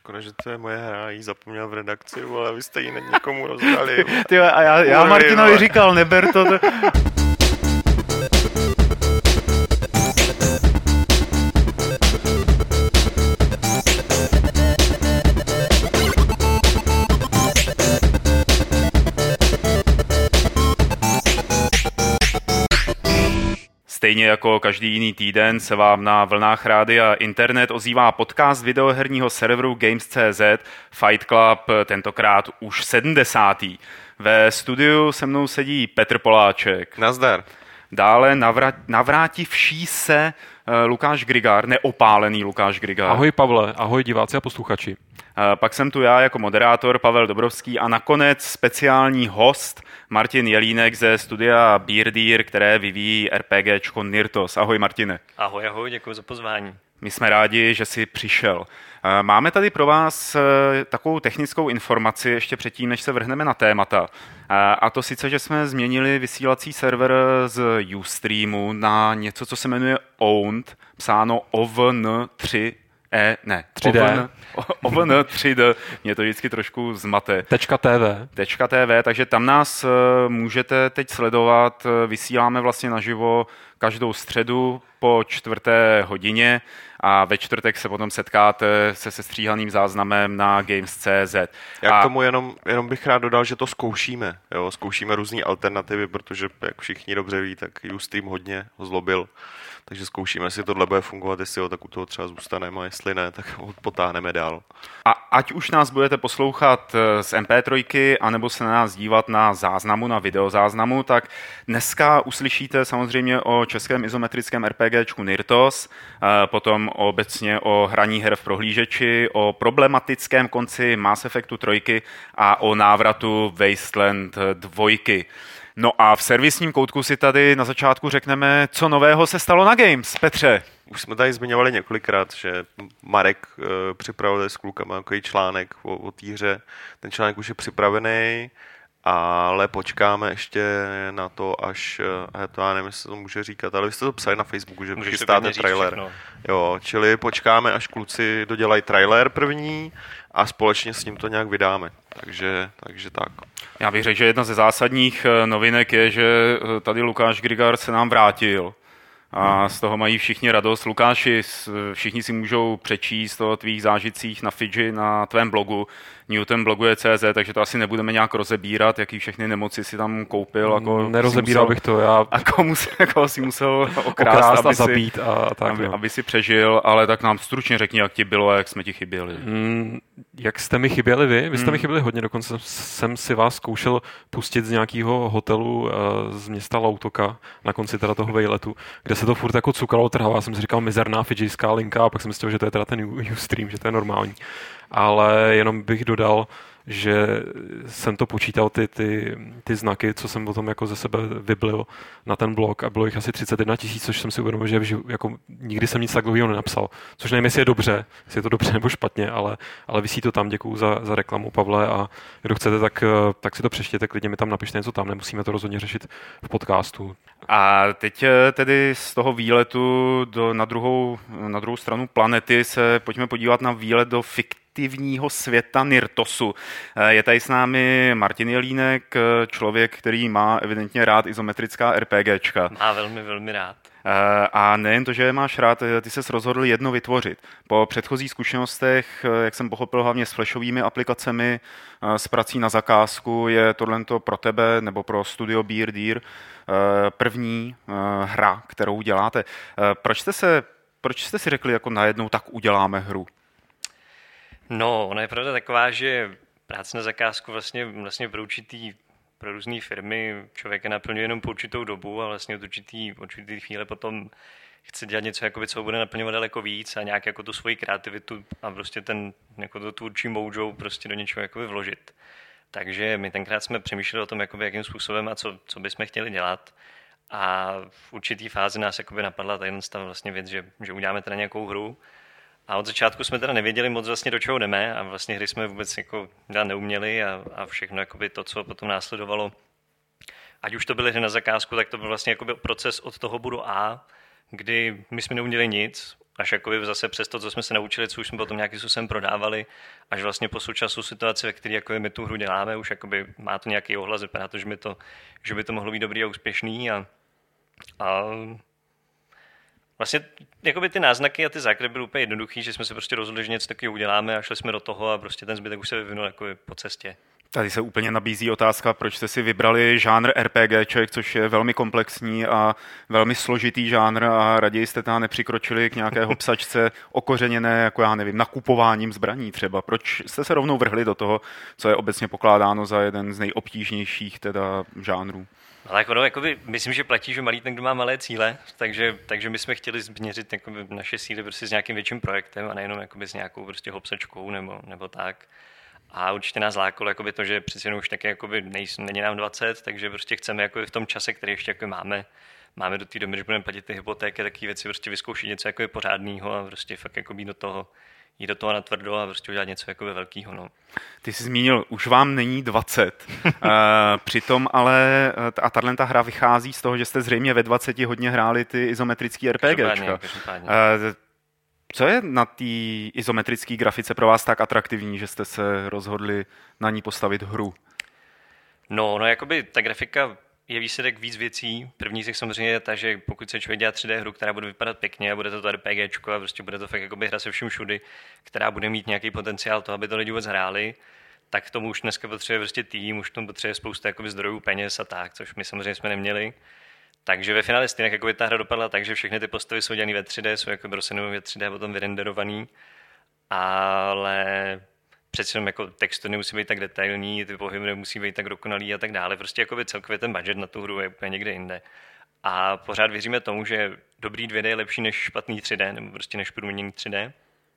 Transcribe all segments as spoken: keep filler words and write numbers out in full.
škoda, že to je moje hra, jí zapomněl v redakci, ale vy jste ji někomu rozdali. Ty, a já, já Uj, Martinovi vole. říkal, neber to. to... Stejně jako každý jiný týden se vám na vlnách rádia internet ozývá podcast videoherního serveru Games tečka cé zet Fight Club, tentokrát už sedmdesátý. Ve studiu se mnou sedí Petr Poláček. Nazdar. Dále navrát, navrátivší se Lukáš Grigár, neopálený Lukáš Grigár. Ahoj Pavle, ahoj diváci a posluchači. Pak jsem tu já jako moderátor Pavel Dobrovský a nakonec speciální host Martin Jelínek ze studia Beardeer, které vyvíjí RPGčko Nirtos. Ahoj Martine. Ahoj, ahoj, děkuji za pozvání. My jsme rádi, že jsi přišel. Máme tady pro vás takovou technickou informaci ještě předtím, než se vrhneme na témata. A to sice, že jsme změnili vysílací server z Ustreamu na něco, co se jmenuje Owned, psáno O V N tři E, ne, tři D. O V N tři D, mě to vždycky trošku zmate. Tečka T V. Tečka T V, takže tam nás můžete teď sledovat, vysíláme vlastně naživo každou středu po čtvrté hodině a ve čtvrtek se potom setkáte se sestříhaným záznamem na Games tečka cé zet. Já k tomu jenom, jenom bych rád dodal, že to zkoušíme. Jo? Zkoušíme různé alternativy, protože jak všichni dobře ví, tak Ustream hodně ho zlobil. Takže zkoušíme, jestli tohle bude fungovat, jestli ho, tak u toho třeba zůstaneme, a jestli ne, tak ho potáhneme dál. A ať už nás budete poslouchat z em pé tři, anebo se na nás dívat na záznamu, na videozáznamu, tak dneska uslyšíte samozřejmě o českém izometrickém RPGčku Nirtos, potom obecně o hraní her v prohlížeči, o problematickém konci Mass Effectu tři a o návratu Wasteland dva. No a v servisním koutku si tady na začátku řekneme, co nového se stalo na Games. Petře. Už jsme tady zmiňovali několikrát, že Marek uh, připravil s klukama takový článek o, o té hře. Ten článek už je připravený, ale počkáme ještě na to, až, uh, to já nevím, jestli to může říkat, ale vy jste to psali na Facebooku, že chystáte trailer. Všechno. Jo, čili počkáme, až kluci dodělají trailer první a společně s ním to nějak vydáme. Takže, takže tak. Já bych řekl, že jedna ze zásadních novinek je, že tady Lukáš Grigár se nám vrátil a z toho mají všichni radost. Lukáši, všichni si můžou přečíst o tvých zážitcích na Fidži, na tvém blogu, newton bloguje tečka cé zet, takže to asi nebudeme nějak rozebírat, jaký všechny nemoci si tam koupil. Jako Nerozebíral musel, bych to, já... A komu si, jako si musel okrást, okrást aby, a zabít si, a tak, aby, aby si přežil, ale tak nám stručně řekni, jak ti bylo a jak jsme ti chyběli. Mm, jak jste mi chyběli vy? Vy jste mm. mi chyběli hodně, dokonce jsem si vás zkoušel pustit z nějakého hotelu z města Lautoka na konci teda toho vejletu, kde se to furt jako cukralo, trhalo. Já jsem si říkal mizerná fidžijská linka a pak jsem si říkal, že to je teda ten Ustream, že to je normální. Ale jenom bych dodal, že jsem to počítal, ty, ty, ty znaky, co jsem o tom jako ze sebe vyblil na ten blog a bylo jich asi třicet jedna tisíc, což jsem si uvědomil, že vži, jako nikdy jsem nic takového nenapsal. Což nevím, jestli je dobře, jestli je to dobře nebo špatně, ale, ale visí to tam, děkuju za, za reklamu, Pavle, a kdo chcete, tak, tak si to přečtěte, klidně mi tam napište něco tam, nemusíme to rozhodně řešit v podcastu. A teď tedy z toho výletu do, na, druhou, na druhou stranu planety se pojďme podívat na výlet do fiktivního světa Nirtosu. Je tady s námi Martin Jelínek, člověk, který má evidentně rád izometrická RPGčka. Má velmi, velmi rád. A nejen to, že je máš rád, ty ses rozhodl jedno vytvořit. Po předchozích zkušenostech, jak jsem pochopil, hlavně s flashovými aplikacemi, s prací na zakázku, je tohle pro tebe nebo pro studio Beardeer první hra, kterou děláte. Proč jste se, proč jste si řekli, jako najednou tak uděláme hru? No, ona je pravda taková, že práce na zakázku vlastně, vlastně pro určitý pro různé firmy člověka naplňuje jenom po určitou dobu a vlastně od určitý, určitý chvíle potom chce dělat něco, jakoby, co ho bude naplňovat daleko víc a nějak jako tu svoji kreativitu a prostě ten, jako to tvůrčí mojo prostě do něčeho jakoby vložit. Takže my tenkrát jsme přemýšleli o tom, jakoby, jakým způsobem a co, co bychom chtěli dělat. A v určitý fázi nás jakoby napadla ta vlastně věc, že, že uděláme teda nějakou hru. A od začátku jsme teda nevěděli moc vlastně, do čeho jdeme a vlastně hry jsme vůbec jako neuměli a, a všechno jakoby to, co potom následovalo. Ať už to byly hry na zakázku, tak to byl vlastně jakoby proces od toho bodu A, kdy my jsme neuměli nic až jakoby zase přes to, co jsme se naučili, co už jsme potom nějakým způsobem prodávali, až vlastně po současnou situaci, ve které jakoby my tu hru děláme, už jakoby má to nějaký ohlas, vypadá to, že by to, že by to mohlo být dobrý a úspěšný a, a vlastně jakoby ty náznaky a ty základy byly úplně jednoduchý, že jsme se prostě rozhodli, že něco takového uděláme a šli jsme do toho a prostě ten zbytek už se vyvinul jakoby po cestě. Tady se úplně nabízí otázka, proč jste si vybrali žánr RPGček, což je velmi komplexní a velmi složitý žánr a raději jste tam nepřikročili k nějaké hopsačce okořeněné, jako já nevím, nakupováním zbraní třeba. Proč jste se rovnou vrhli do toho, co je obecně pokládáno za jeden z nejobtížnějších teda žánrů? Ale jako no, jakoby, myslím, že platí, že malý ten, kdo má malé cíle, takže, takže my jsme chtěli změřit jakoby, naše síly prostě s nějakým větším projektem a nejenom jakoby, s nějakou prostě hopsačkou nebo, nebo tak. A určitě nás lákalo jakoby, to, že přeci jenom už taky jakoby, nejsou, není nám dvacet, takže prostě chceme jakoby, v tom čase, který ještě jakoby, máme, máme do té doby, když budeme platit ty hypotéky, takové věci, prostě vyzkoušet něco jakoby, pořádného a prostě fakt jakoby, do toho jít do toho natvrdo a prostě udělat něco jakoby, velkého. No. Ty jsi zmínil, už vám není dvacet. uh, přitom ale a tato hra vychází z toho, že jste zřejmě ve dvaceti hodně hráli ty izometrický RPGčka. Uh, co je na té izometrické grafice pro vás tak atraktivní, že jste se rozhodli na ní postavit hru? No, no jakoby ta grafika je výsledek víc věcí. První z nich samozřejmě je ta, že pokud se člověk dělá tři dé hru, která bude vypadat pěkně a bude to to RPGčko a prostě bude to fakt jakoby hra se vším všudy, která bude mít nějaký potenciál toho, aby to lidi vůbec hráli, tak tomu už dneska potřebuje prostě tým, už tomu potřebuje spousta jakoby zdrojů, peněz a tak, což my samozřejmě jsme neměli. Takže ve finále stejně jakoby ta hra dopadla tak, že všechny ty postavy jsou dělané ve tři dé, jsou jako rozsenou ve tři dé potom vyrenderovaný, ale přece jenom jako textury nemusí být tak detailní, ty pohyby nemusí být tak dokonalý a tak dále. Prostě jakoby celkově ten budget na tu hru je úplně někde jinde. A pořád věříme tomu, že dobrý dvě dé je lepší než špatný tři dé, nebo prostě než průměrný tři dé.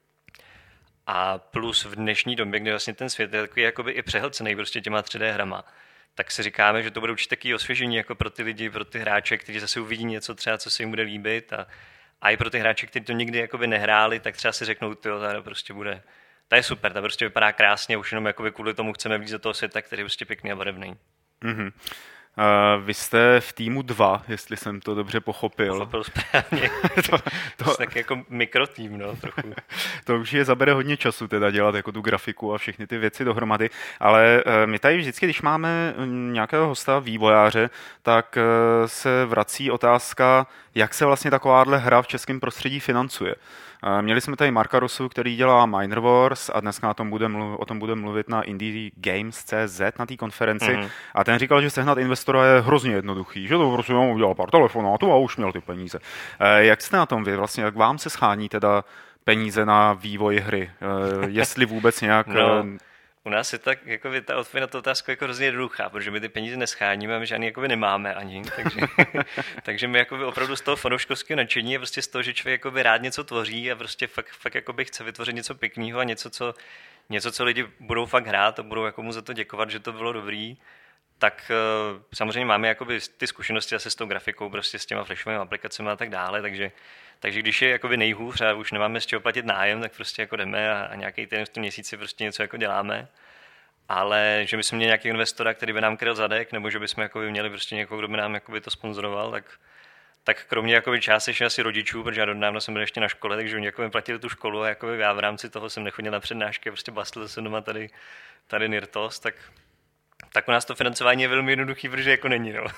A plus v dnešní době, kdy vlastně ten svět je takový jakoby i přehlcený prostě těma tři dé hrama, tak si říkáme, že to bude určitě takový osvěžení jako pro ty lidi, pro ty hráče, kteří zase uvidí něco třeba, co se jim bude líbit a, a i pro ty hráče, kteří to nikdy jakoby nehráli, tak třeba si řeknou, tyjo, ta prostě bude, ta je super, ta prostě vypadá krásně, už jenom jakoby kvůli tomu chceme víc do toho světa, který je prostě pěkný a barevný. Mm-hmm. Uh, vy jste v týmu dva, jestli jsem to dobře pochopil. Pochopil správně. to, to... to tak jako mikrotým, no, trochu. To už je zabere hodně času teda dělat jako tu grafiku a všechny ty věci dohromady, ale uh, my tady vždycky, když máme nějakého hosta, vývojáře, tak uh, se vrací otázka, jak se vlastně takováhle hra v českém prostředí financuje. Měli jsme tady Marka Rosu, který dělá Miner Wars a dneska o tom bude mluvit, o tom bude mluvit na Indie Games tečka cé zet na té konferenci. Mm-hmm. A ten říkal, že sehnat investora je hrozně jednoduchý, že to prostě udělal pár telefonátů a už měl ty peníze. Jak jste na tom vy? Vlastně, jak vám se schání teda peníze na vývoj hry? Jestli vůbec nějak... No. U nás je tak, jako by ta odpověď na tu otázku jako hrozně jednoduchá, protože my ty peníze nescháníme a my žádný jako by nemáme ani, takže, takže my jako by opravdu z toho fanouškovského nadšení je prostě z toho, že člověk jako by rád něco tvoří a prostě fakt, fakt jako by chce vytvořit něco pěkného a něco co, něco, co lidi budou fakt hrát a budou jako mu za to děkovat, že to bylo dobrý, tak uh, samozřejmě máme jakoby ty zkušenosti zase s tou grafikou, prostě s těma flashovými aplikacemi a tak dále, takže Takže když je jakoby nejhůř a už nemáme z čeho platit nájem, tak prostě jako jdeme a, a nějaký ten v tom měsíci prostě něco jako děláme. Ale že bychom měli nějaký investora, který by nám kryl zadek, nebo že bychom jakoby měli prostě někoho, kdo by nám jakoby to sponzoroval, tak, tak kromě jakoby částečně asi rodičů, protože já dodávno jsem byl ještě na škole, takže oni jakoby platili tu školu a jakoby já v rámci toho jsem nechodil na přednášky, prostě bastlil jsem doma tady, tady Nirtos, tak tak u nás to financování je velmi jednoduchý, protože jako není, no.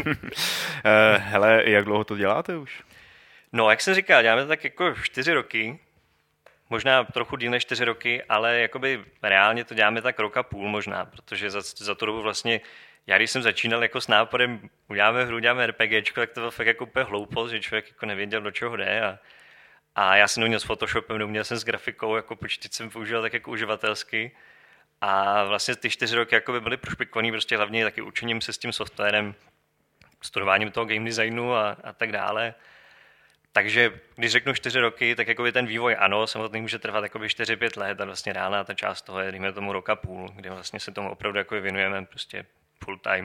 Hele, jak dlouho to děláte už? No, jak jsem říkal, děláme to tak jako čtyři roky, možná trochu díl než čtyři roky, ale jakoby reálně to děláme tak rok a půl možná, protože za, za tu dobu vlastně, já když jsem začínal jako s nápadem, uděláme hru, děláme RPGčko, tak to bylo fakt jako úplně hloupost, že člověk jako nevěděl, do čeho jde a, a já jsem neuměl s Photoshopem, neuměl jsem s grafikou, jako počítač jsem používal tak jako uživatelsky a vlastně ty čtyři roky jakoby byly prošpikovaný prostě hlavně taky učením se s tím softwarem, studováním toho game designu a, a tak dále. Takže když řeknu čtyři roky, tak jakoby ten vývoj ano, samotný může trvat jakoby čtyři pět let a vlastně reálná ta část toho je, dejme tomu rok a půl, kdy vlastně se tomu opravdu jakoby věnujeme prostě full time.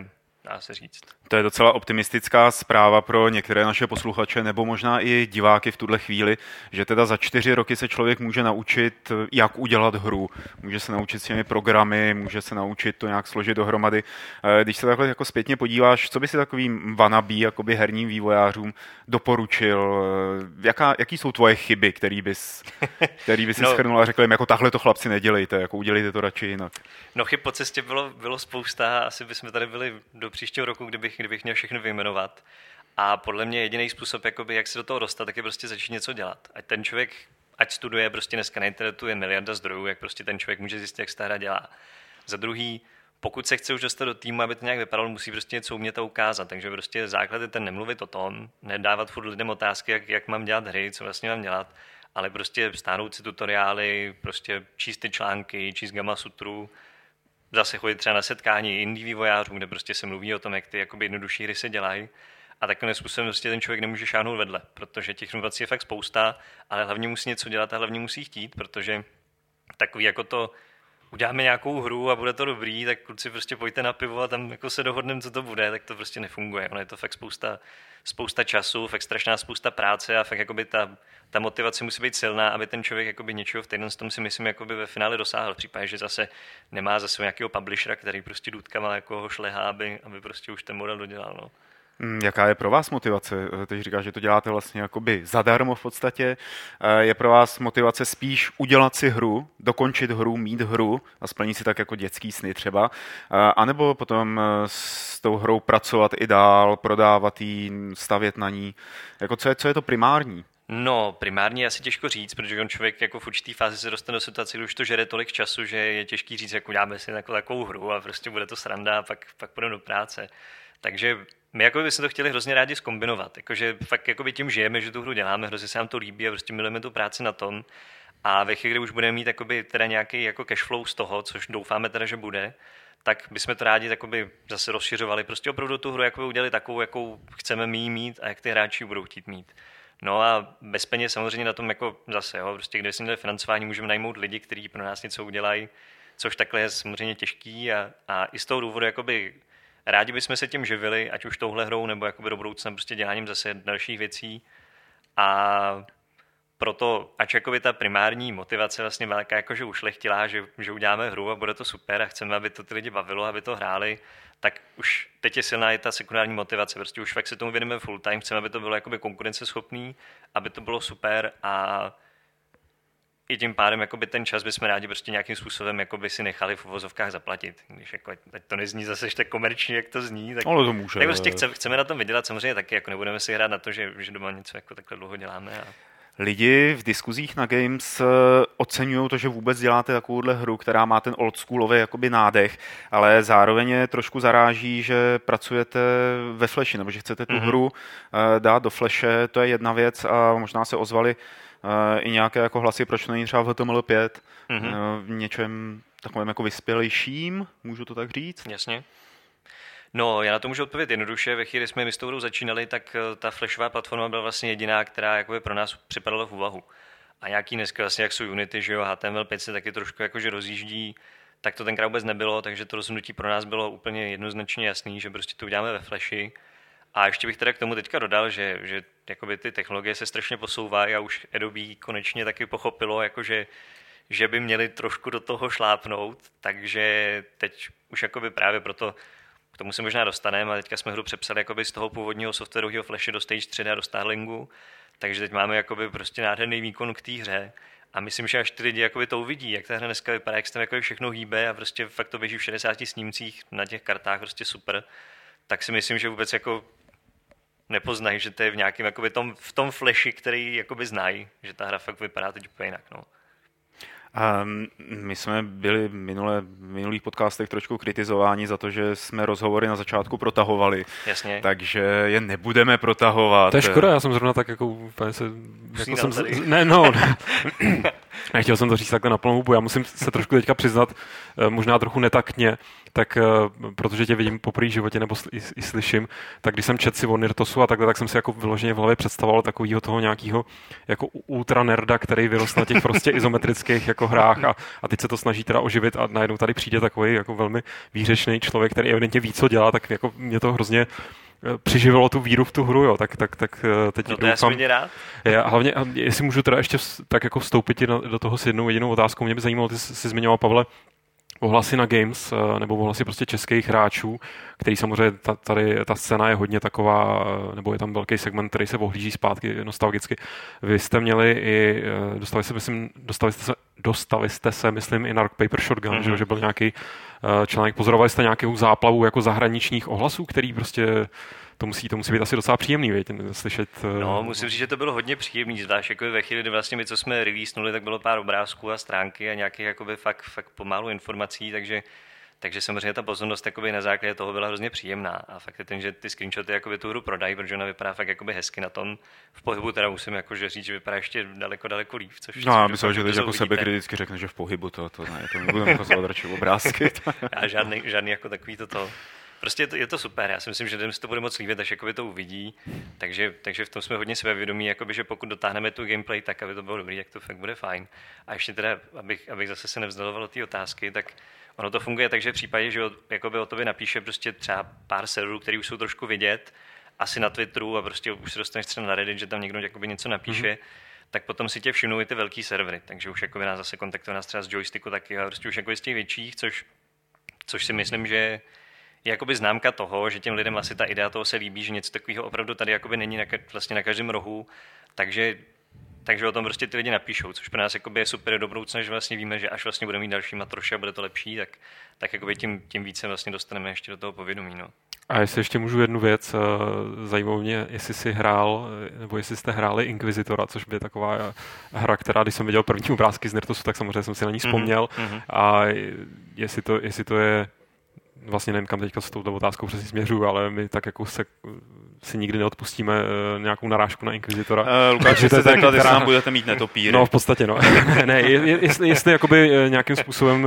dá se říct. To je docela optimistická zpráva pro některé naše posluchače nebo možná i diváky v tuhle chvíli, že teda za čtyři roky se člověk může naučit, jak udělat hru. Může se naučit s těmi programy, může se naučit to nějak složit dohromady. Když se takhle jako zpětně podíváš, co by si takovým wannabe, jakoby herním vývojářům doporučil? Jaká, jaký jsou tvoje chyby, který bys, který bys no, schrnul a řekl jim, jako tahle to chlapci nedělejte, jako udělejte to radši jinak? No chyb po cestě bylo, bylo spousta, asi bychom tady byli do příštího roku, kdybych, kdybych měl všechny vyjmenovat. A podle mě jediný způsob, jakoby, jak se do toho dostat, tak je prostě začít něco dělat. Ať ten člověk, ať studuje, prostě dneska na internetu je miliarda zdrojů, jak prostě ten člověk může zjistit, jak se ta hra dělá. Za druhý, pokud se chce už dostat do týmu, aby to nějak vypadalo, musí prostě něco umět a ukázat. Takže prostě základ je ten nemluvit o tom, nedávat furt lidem otázky, jak, jak mám dělat hry, co vlastně mám dělat, ale prostě stáhnout si tutoriály, prostě číst ty články, číst Gama Sutru, zase chodit třeba na setkání indie vývojářů, kde prostě se mluví o tom, jak ty jakoby jednodušší hry se dělají. A takovým způsobem prostě ten člověk nemůže šáhnout vedle, protože těch inovací je fakt spousta, ale hlavně musí něco dělat a hlavně musí chtít, protože takový jako to uděláme nějakou hru a bude to dobrý, tak kluci prostě pojďte na pivo a tam jako se dohodneme, co to bude, tak to prostě nefunguje. Ono je to fakt spousta, spousta času, fakt strašná spousta práce a fakt jakoby ta, ta motivace musí být silná, aby ten člověk jakoby něčeho v týden s tom si myslím jakoby ve finále dosáhl. V případě, že zase nemá zase nějakého publishera, který prostě důtkama jako ho šlehá, aby, aby prostě už ten model dodělal. No. Jaká je pro vás motivace? Teď říkáš, že to děláte vlastně jakoby zadarmo v podstatě. Je pro vás motivace spíš udělat si hru, dokončit hru, mít hru a splnit si tak jako dětský sny třeba, anebo potom s tou hrou pracovat i dál, prodávat ji, stavět na ní. Jako co je, co je to primární? No, primárně je asi těžko říct, protože on člověk jako v určitý fázi se dostane do situace, kdy už to žere tolik času, že je těžký říct, jako uděláme si takovou, takovou hru a prostě bude to sranda a pak, pak půjdeme do práce. Takže my jako bychom to chtěli hrozně rádi zkombinovat, jakože fakt jakoby tím žijeme, že tu hru děláme, hrozně se nám to líbí a prostě milujeme tu práci na tom. A ve chvíli, kdy už budeme mít jakoby teda nějaký jako cashflow z toho, což doufáme teda, že bude, tak bychom to rádi jakoby zase rozšiřovali, prostě opravdu tu hru jakoby udělali takovou, jakou chceme my mít a jak ty hráči budou chtít mít. No a bez peněz samozřejmě na tom jako zase, jo, prostě když jsme měli financování, můžeme najmout lidi, kteří pro nás něco udělají, což takhle je samozřejmě těžký a, a i z toho důvodu jakoby rádi bychom se tím živili, ať už touhle hrou, nebo jakoby do budoucna prostě děláním zase dalších věcí. A proto, ač jakoby ta primární motivace vlastně byla taková jako, že ušlechtilá, že, že uděláme hru a bude to super a chceme, aby to ty lidi bavilo, aby to hráli, tak už teď je silná i ta sekundární motivace. Prostě už fakt se tomu věnujeme full time, chceme, aby to bylo jakoby konkurenceschopný, aby to bylo super a i tím pádem jakoby ten čas bychom rádi prostě nějakým způsobem jakoby si nechali v uvozovkách zaplatit. Když jako, ať to nezní zase tak komerčně, jak to zní, tak, ale to může, tak prostě chceme, chceme na tom vydělat samozřejmě taky, jako nebudeme si hrát na to, že, že doma něco jako takhle dlouho děláme. A... Lidi v diskuzích na Games oceňují to, že vůbec děláte takovouhle hru, která má ten oldschoolový jakoby nádech, ale zároveň je trošku zaráží, že pracujete ve Flashi, nebo že chcete tu mm-hmm. hru dát do Flashe, to je jedna věc a možná se ozvali i nějaké jako hlasy, proč není třeba v H T M L pět, mm-hmm. v něčem takovém jako vyspělejším, můžu to tak říct? Jasně. No, já na to můžu odpovědět jednoduše. Ve chvíli, kdy jsme my s tou hrou začínali, tak ta flashová platforma byla vlastně jediná, která jakoby pro nás připadala v úvahu. A nějaký dneska vlastně, jak jsou Unity, že jo, H T M L pět se taky trošku jakože rozjíždí, tak to tenkrát vůbec nebylo, takže to rozhodnutí pro nás bylo úplně jednoznačně jasný, že prostě to uděláme ve Flashi. A ještě bych teda k tomu teďka dodal, že, že jakoby ty technologie se strašně posouvají a už Adobe konečně taky pochopilo, jakože, že by měli trošku do toho šlápnout, takže teď už jakoby právě proto k tomu se možná dostaneme, ale teďka jsme hru přepsali jakoby z toho původního softwarového Flashe do Stage tři D a do Starlingu, takže teď máme jakoby prostě nádherný výkon k té hře a myslím, že až ty lidi jakoby to uvidí, jak ta hra dneska vypadá, jak se tam jakoby všechno hýbe a prostě fakt to běží v šedesáti snímcích na těch kartách, prostě super, tak si myslím, že vůbec jako nepoznají, že to je v nějakém jakoby tom, v tom Flashi, který jakoby znají, že ta hra fakt vypadá teď úplně jinak, no. Um, my jsme byli minule, v minulých podcastech trošku kritizováni za to, že jsme rozhovory na začátku protahovali. Jasně. Takže je nebudeme protahovat. To je škoda, já jsem zrovna tak jako... Se, jako jsem, ne, no. Nechtěl jsem to říct takhle na plnou hubu. Já musím se trošku teďka přiznat, možná trochu netaktně, tak protože tě vidím poprvé v životě nebo i, i slyším, tak když jsem četl si o Nirtosu a takhle, tak jsem si jako vyloženě v hlavě představoval takového toho nějakého jako ultra nerda, který vyrostl na těch prostě izometrických jako hrách a, a teď se to snaží teda oživit a najednou tady přijde takový jako velmi výřečný člověk, který evidentně ví, co dělá, tak jako mě to hrozně přiživilo tu víru v tu hru, jo, tak, tak, tak teď no to doufám. Já jsem rád. Já, hlavně, jestli můžu teda ještě tak jako vstoupit do toho s jednou jedinou otázkou, mě by zajímalo, ty jsi zmiňoval, Pavle, ohlasy na Games, nebo ohlasy prostě českých hráčů, který samozřejmě tady ta scéna je hodně taková, nebo je tam velký segment, který se ohlíží zpátky nostalgicky. Vy jste měli i, dostali jste, myslím, dostali jste se, dostali jste se, myslím, i na Rock Paper Shotgun, mm-hmm. že, že byl nějaký článek, pozorovali jste nějakou záplavu jako zahraničních ohlasů, který prostě to musí, to musí být asi docela příjemný, věď, slyšet. No, musím říct, že to bylo hodně příjemný, zvlášť jako ve chvíli, kdy vlastně my, co jsme releasenuli, tak bylo pár obrázků a stránky a nějakých jakoby fakt, fakt pomálu informací, takže, takže samozřejmě ta pozornost jakoby na základě toho byla hrozně příjemná. A fakt je ten, že ty screenshoty jakoby tu hru prodají, protože ona vypadá fakt jakoby hezky na tom. V pohybu teda musím jakože říct, že vypadá ještě daleko, daleko líp. Což no, já myslím, že teď jako sebekriticky řekne, že v pohybu to, to ne, to nebudeme ukazovat radši obrázky. A žádný, žádný jako takový toto. Prostě je to, je to super, já si myslím, že lidem si to bude moc líbit, až jakoby to uvidí, takže, takže v tom jsme hodně sebevědomí, jakoby, že pokud dotáhneme tu gameplay tak, aby to bylo dobrý, jak to fakt bude fajn. A ještě teda, abych, abych zase se nevzdaloval ty otázky, tak ono to funguje tak, že v případě, že jakoby o tobě napíše prostě třeba pár serverů, který už jsou trošku vidět, asi na Twitteru a prostě už se dostaneš třeba na Reddit, že tam někdo jakoby něco napíše, mm-hmm. tak potom si tě všimnou i ty velký servery, takže už jakoby nás zase kontaktuje nás třeba z joysticku taky a prostě už jakoby z těch větších, což, což si myslím, že je jakoby známka toho, že těm lidem asi ta idea toho se líbí, že něco takového opravdu tady jakoby není na, vlastně na každém rohu, takže, takže o tom prostě ty lidi napíšou, což pro nás jakoby je super do budoucna, že vlastně víme, že až vlastně budeme mít další matroše a bude to lepší, tak, tak jakoby tím, tím více vlastně dostaneme ještě do toho povědomí. No. A jestli ještě můžu jednu věc, zajímalo mě, jestli jsi hrál, nebo jestli jste hráli Inquisitora, což by taková hra, která, když jsem viděl první obrázky z Nirtosu, tak samozřejmě jsem si na ní vzpomněl. Mm-hmm. A jestli to, jestli to je vlastně nevím, kam teďka s touto otázkou přesně směřuju, ale my tak jako se si nikdy neodpustíme nějakou narážku na Inquisitora. Uh, Lukáš, jste zakladli, jestli nám budete mít netopíry. No, v podstatě, no. ne, jestli, jestli jakoby nějakým způsobem uh,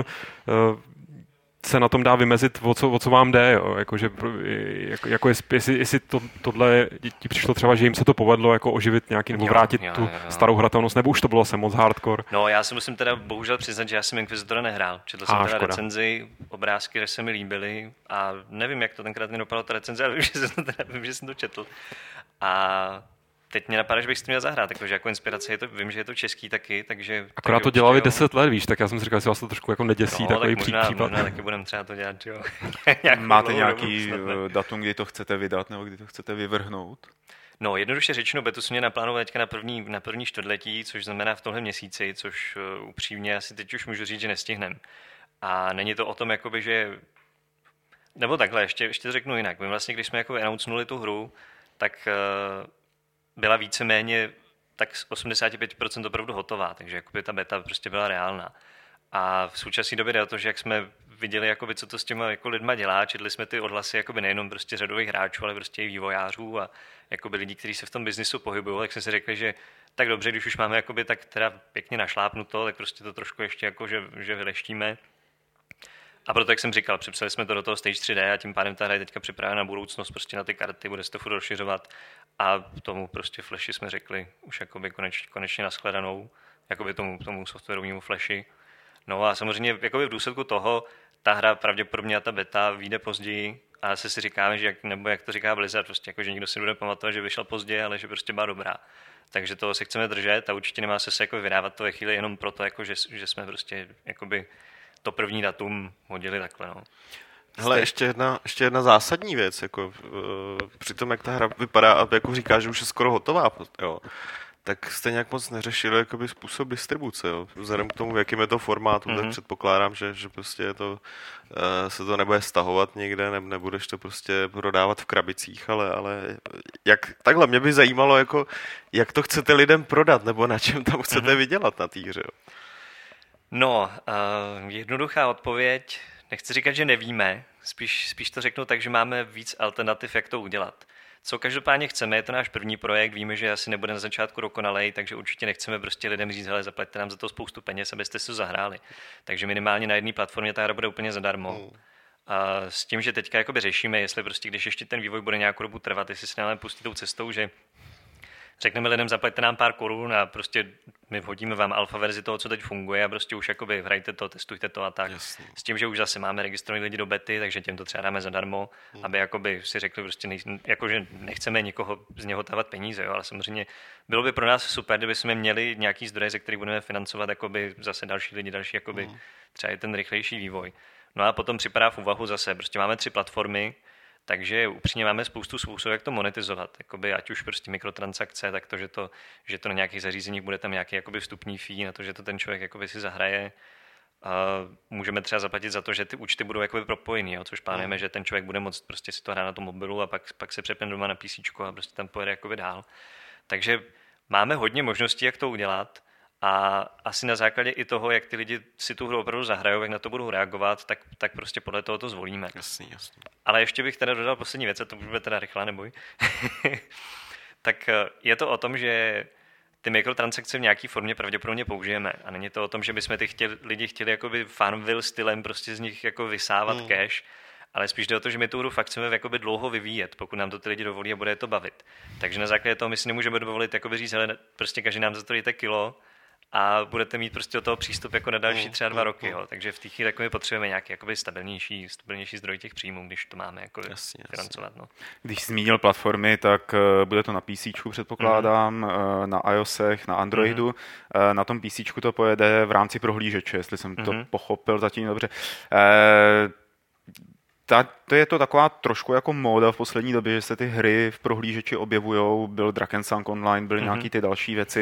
se na tom dá vymezit, o co, o co vám jde, jo. Jako, že, jako, jako jestli, jestli to, tohle ti přišlo třeba, že jim se to povedlo jako oživit nějaký, nebo vrátit jo, jo, tu jo. starou hratelnost, nebo už to bylo sem moc hardcore? No, já si musím teda bohužel přiznat, že já jsem Inquisitora nehrál. Četl jsem teda škoda. recenzi, obrázky, které se mi líbily a nevím, jak to tenkrát mi dopadlo ta recenze, ale vím, že jsem to, teda, vím, že jsem to četl. A teď mě napadá, že bych si to měl zahrát, takže jako inspirace je to, vím, že je to český taky, takže... Akorát takže to dělali deset let, víš, tak já jsem si říkal, že vás to trošku jako neděsí, no, takový tak možná, případ. Možná taky budeme třeba to dělat, jo. Máte nějaký dobu, datum, kdy to chcete vydat, nebo kdy to chcete vyvrhnout? No, jednoduše řečeno, betu jsem mě naplánoval teďka na první, na první čtvrtletí, což znamená v tomhle měsíci, což uh, upřímně asi teď už můžu říct, že nestihnem. A není to o tom, jakoby, že... Nebo takhle, ještě, ještě to řeknu jinak. My vlastně, když jsme jako announcenuli tu hru, tak... Uh, byla víceméně tak osmdesát pět procent opravdu hotová, takže jakoby ta beta prostě byla reálná. A v současné době jde o to, že jak jsme viděli, jakoby, co to s těma jako lidma dělá, četli jsme ty odhlasy jakoby nejenom prostě řadových hráčů, ale prostě i vývojářů a jakoby lidí, kteří se v tom biznisu pohybují, tak jsme si řekli, že tak dobře, když už máme jakoby tak teda pěkně našlápnuto, tak prostě to trošku ještě jako, že, že vyleštíme. A proto, jak jsem říkal, připsali jsme to do toho Stage tři dé a tím pádem ta hra je teďka připravena na budoucnost, prostě na ty karty, bude se to furt rozšiřovat a tomu prostě Flashi jsme řekli už jakoby koneč, konečně nashledanou, jakoby tomu, tomu softwarovému Flashi. No a samozřejmě jakoby v důsledku toho ta hra pravděpodobně a ta beta vyjde později a se si říkáme, že jak, nebo jak to říká Blizzard, prostě jako, že nikdo si nebude pamatovat, že vyšel pozdě, ale že prostě byla dobrá. Takže toho se chceme držet a určitě nemá se se jako vydávat to ve chvíli jenom proto, jako, že, že jsme prostě jakoby to první datum hodili takhle, no. Hele, ještě jedna, ještě jedna zásadní věc, jako uh, při tom, jak ta hra vypadá a jako říká, že už je skoro hotová, jo, tak jste nějak moc neřešili jakoby způsob distribuce, jo. Vzhledem k tomu, v jakém je to formátu, mm-hmm. tak předpokládám, že, že prostě je to, uh, se to nebude stahovat někde, ne, nebudeš to prostě prodávat v krabicích, ale, ale jak, takhle mě by zajímalo, jako, jak to chcete lidem prodat, nebo na čem tam chcete mm-hmm. vydělat na té hře, jo. No, uh, jednoduchá odpověď, nechci říkat, že nevíme, spíš, spíš to řeknu tak, že máme víc alternativ, jak to udělat. Co každopádně chceme, je to náš první projekt, víme, že asi nebude na začátku dokonalej, takže určitě nechceme prostě lidem říct, hele, zaplaťte nám za to spoustu peněz, abyste si to zahráli. Takže minimálně na jedné platformě ta hra bude úplně zadarmo. Mm. A s tím, že teďka jakoby řešíme, jestli prostě, když ještě ten vývoj bude nějakou dobu trvat, jestli se nám pustí tou cestou, že řekneme lidem, zaplaťte nám pár korun a prostě my vhodíme vám alfa verzi toho, co teď funguje a prostě už jakoby hrajte to, testujte to a tak. Jasně. S tím, že už zase máme registrovaný lidi do bety, takže těm to třeba dáme zadarmo, hmm. aby jakoby si řekli prostě, nej, jakože nechceme nikoho z něho dávat peníze, jo, ale samozřejmě bylo by pro nás super, kdyby jsme měli nějaký zdroje, ze kterých budeme financovat jakoby zase další lidi, další jakoby hmm. třeba i ten rychlejší vývoj. No a potom připadá v úvahu zase, prostě máme tři platformy, takže upřímně máme spoustu způsobů, jak to monetizovat. Jakoby, ať už prostě mikrotransakce, tak to, že to, že to na nějakých zařízeních bude tam nějaký jakoby vstupní fee, na to, že to ten člověk jakoby si zahraje. A můžeme třeba zaplatit za to, že ty účty budou jakoby propojený, jo, což plánujeme, mm. že ten člověk bude moct prostě si to hrát na tom mobilu a pak, pak se přepne doma na PCčko a prostě tam pojede jakoby dál. Takže máme hodně možností, jak to udělat. A asi na základě i toho, jak ty lidi si tu hru opravdu zahrajou, jak na to budou reagovat, tak, tak prostě podle toho to zvolíme. Jasný, jasný. Ale ještě bych teda dodal poslední věc, a to už bude teda rychlá, neboj. Tak je to o tom, že ty mikrotransakce v nějaké formě pravděpodobně použijeme. A není to o tom, že bychom ty chtěli, lidi chtěli jakoby Farmville stylem prostě z nich jako vysávat hmm. cash, ale spíš jde o to, že my tu hru fakt chceme jakoby dlouho vyvíjet, pokud nám to ty lidi dovolí a bude to bavit. Takže na základě toho my si nemůžeme dovolit jakoby říct, hele, prostě každý nám za to dejte kilo, a budete mít prostě od toho přístup jako na další třeba dva roky. Jo. Takže v té chvíli jako potřebujeme nějaký jakoby stabilnější, stabilnější zdroj těch příjmů, když to máme jako jasně, financovat. No. Když jsi zmínil platformy, tak uh, bude to na PCčku, předpokládám, mm-hmm. uh, na iOSech, na Androidu. Mm-hmm. Uh, na tom PCčku to pojede v rámci prohlížeče, jestli jsem mm-hmm. to pochopil zatím dobře. Uh, Ta, to je to taková trošku jako móda v poslední době, že se ty hry v prohlížeči objevujou, byl Drakensang Online, byly mm-hmm. nějaký ty další věci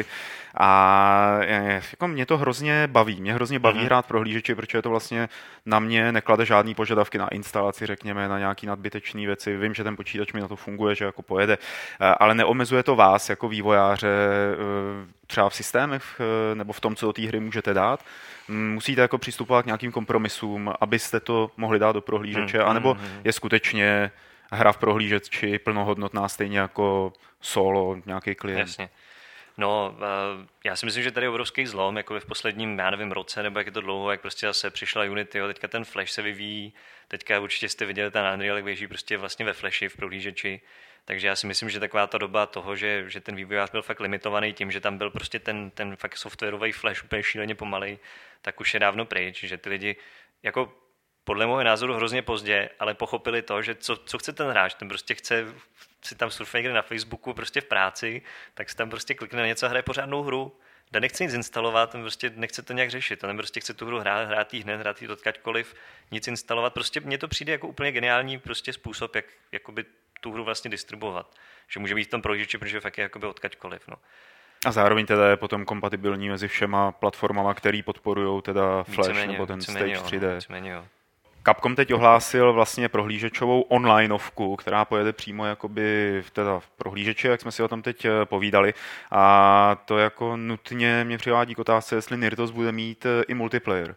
a jako mě to hrozně baví, mě hrozně baví mm-hmm. hrát v prohlížeči, protože to vlastně na mě neklade žádný požadavky na instalaci, řekněme, na nějaký nadbytečné věci, vím, že ten počítač mi na to funguje, že jako pojede, ale neomezuje to vás jako vývojáře třeba v systémech nebo v tom, co do té hry můžete dát. Musíte jako přistupovat k nějakým kompromisům, abyste to mohli dát do prohlížeče, mm, anebo mm, je skutečně hra v prohlížeči plnohodnotná stejně jako solo, nějaký klient. Jasně. No, já si myslím, že tady je obrovský zlom, jako v posledním, já nevím, roce, nebo jak je to dlouho, jak prostě zase přišla Unity, jo, teďka ten Flash se vyvíjí, teďka určitě jste viděli ten Unreal, jak běží prostě vlastně ve Flashi, v prohlížeči. Takže já si myslím, že taková ta doba toho, že, že ten vývojář byl fakt limitovaný tím, že tam byl prostě ten, ten fakt softwarový Flash úplně šíleně pomalej, tak už je dávno pryč, že ty lidi jako podle mého názoru hrozně pozdě, ale pochopili to, že co, co chce ten hráč, ten prostě chce si tam surfuje někde na Facebooku, prostě v práci, tak si tam prostě klikne na něco a hraje pořádnou hru. Da nechce nic instalovat, ten prostě nechce to nějak řešit, ten prostě chce tu hru hrát, hrát jí hned, hrát jí odkaďkoliv, nic instalovat, prostě mně to přijde jako úplně geniální prostě způsob, jak jakoby tu hru vlastně distribuovat. Že může být v tom prohlížeči, protože fakt je jakoby odkaďkoliv. No. A zároveň teda je potom kompatibilní mezi všema platformama, který podporují teda Flash víceméně, nebo ten Stage jo, tři dé. Jo. Capcom teď ohlásil vlastně prohlížečovou onlineovku, která pojede přímo jakoby teda v prohlížeči, jak jsme si o tom teď povídali. A to jako nutně mě přivádí k otázce, jestli Nirtos bude mít i multiplayer.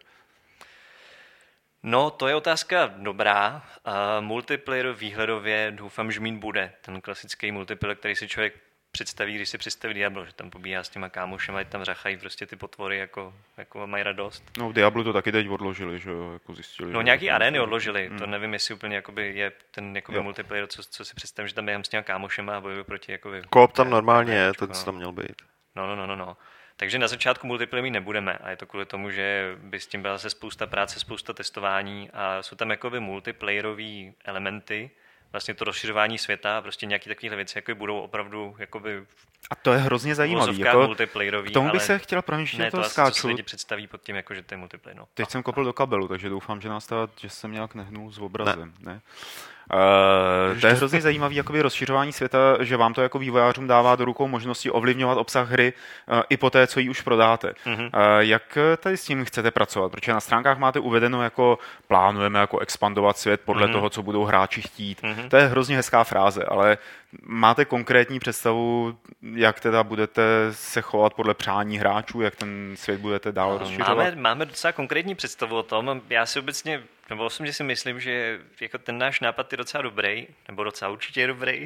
No, to je otázka dobrá. A multiplayer výhledově doufám, že mít bude. Ten klasický multiplayer, který si člověk představí, když si představí Diablo, že tam pobíhá s těma kámošema, tam řachají prostě ty potvory, jako, jako mají radost. No v Diablu to taky teď odložili, že jo, jako zjistili. No nějaký arény odložili, hmm. to nevím, jestli úplně jakoby je ten jakoby multiplayer, co, co si představím, že tam běhám s těma kámošema a bojuju proti jakoby... Koop tam normálně je, to tam měl být. No, no, no, no, no. Takže na začátku multiplayer mít nebudeme a je to kvůli tomu, že by s tím byla se spousta práce, spousta testování a jsou tam jakoby multiplayerové elementy, vlastně to rozšiřování světa a prostě nějaké takové věci jako budou opravdu jakoby a to je hrozně zajímavé. Jako, k tomu by se chtěl, promiň, ne, to, to skáču. Co si lidi představí pod tím, jako, že to je multiplayer. No. Teď jsem kopl do kabelu, takže doufám, že nás ta, že jsem nějak nehnul s obrazem. Ne. Ne? Uh, to je hrozně zajímavé jakoby rozšiřování světa, že vám to jako vývojářům dává do rukou možnosti ovlivňovat obsah hry uh, i po té, co ji už prodáte. Mm-hmm. Uh, jak tady s tím chcete pracovat? Protože na stránkách máte uvedeno, jako plánujeme jako expandovat svět podle mm-hmm. toho, co budou hráči chtít. Mm-hmm. To je hrozně hezká fráze, ale máte konkrétní představu, jak teda budete se chovat podle přání hráčů, jak ten svět budete dál rozšiřovat? Máme, máme docela konkrétní představu o tom. Já si obecně, nebo osobně si myslím, že jako ten náš nápad je docela dobrý, nebo docela určitě je dobrý.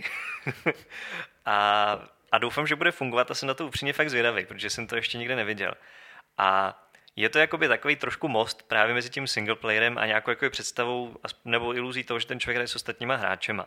a, a doufám, že bude fungovat a jsem na to upřímně fakt zvědavý, protože jsem to ještě nikde neviděl. A je to jakoby takový trošku most právě mezi tím singleplayerem a nějakou jakoby představou nebo iluzí toho, že ten člověk hraje s ostatníma hráčema.